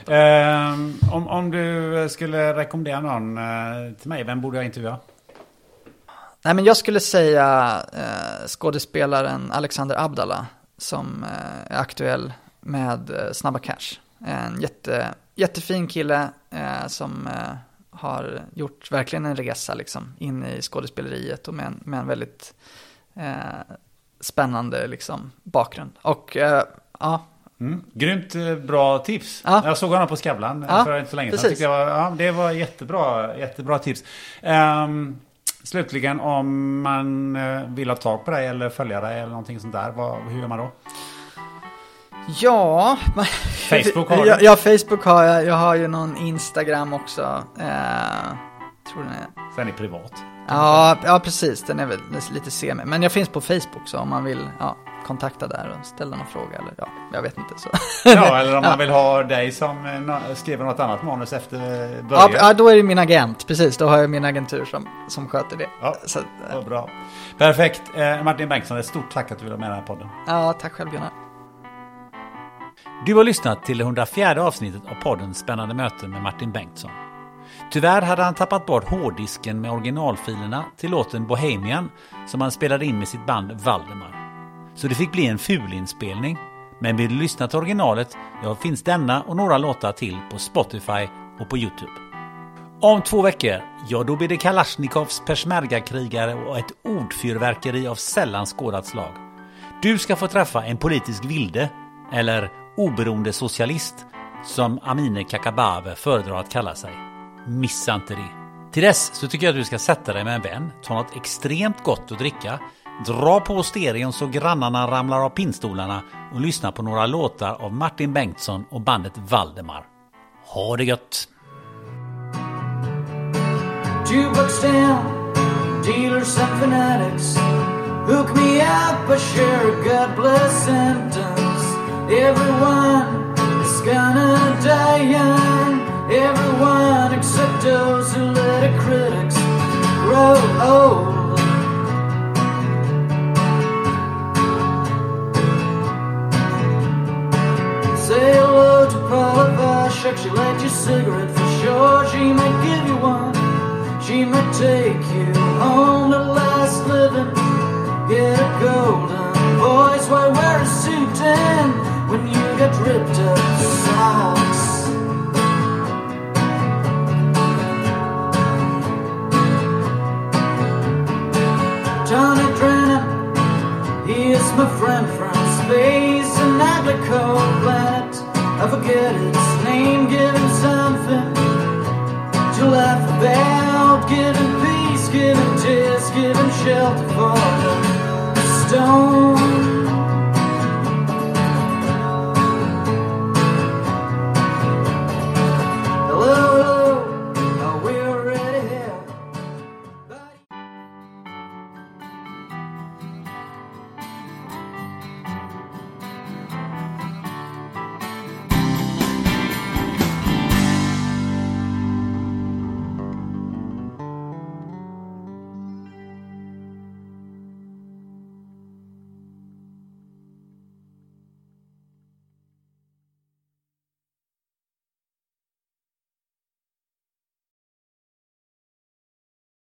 Om du skulle rekommendera någon till mig, vem borde jag intervjua? Nej, men jag skulle säga skådespelaren Alexander Abdallah som är aktuell med Snabba Cash. En jättefin kille som har gjort verkligen en resa liksom, in i skådespeleriet och med en väldigt spännande liksom, bakgrund. Och ja. Grymt bra tips. Ja. Jag såg honom på Skavlan för inte så länge sedan. Det var jättebra tips. Slutligen, om man vill ha tag på dig eller följa dig eller någonting sånt där, hur gör man då? Ja, Facebook har du? Ja, Facebook har jag. Jag har ju någon Instagram också. Tror den är. Sen är privat. Ja, precis. Den är väl lite semi. Men jag finns på Facebook, så om man vill kontakta där och ställa någon fråga eller jag vet inte så. Ja, eller om man vill ha dig som skriver något annat manus efter början. Ja, då är det min agent. Precis, då har jag min agentur som sköter det. Ja, så, bra. Perfekt. Martin Bengtsson, ett stort tack att du ville vara med i den här podden. Ja, tack själv Gunnar. Du har lyssnat till det 104:e avsnittet av podden Spännande möten med Martin Bengtsson. Tyvärr hade han tappat bort hårddisken med originalfilerna till låten Bohemian som han spelade in med sitt band Valdemar. Så det fick bli en fulinspelning. Men vill du lyssna till originalet, finns denna och några låtar till på Spotify och på YouTube. Om 2 veckor, då blir det Kalashnikovs persmergakrigare och ett ordfyrverkeri av sällan skådat slag. Du ska få träffa en politisk vilde, eller oberoende socialist, som Amine Kakabaveh föredrar att kalla sig. Missa inte det. Till dess så tycker jag att du ska sätta dig med en vän, ta något extremt gott att dricka, dra på stereon så grannarna ramlar av pinstolarna och lyssna på några låtar av Martin Bengtsson och bandet Valdemar. Ha det gött! Jukebox down, dealers and fanatics. Hook me up, I share a God bless sentence. Everyone is gonna die young. Everyone except those who let the critics grow old. Say hello to Paula Vashek. She let you cigarette for sure. She might give you one. She might take you home to last living. Get a golden voice. Why wear a suit then when you get ripped up socks? Johnny Drennan, he is my friend from space, an ugly cold planet. I forget its name, give him something to laugh about. Give him peace, give him tears, give him shelter for the stone.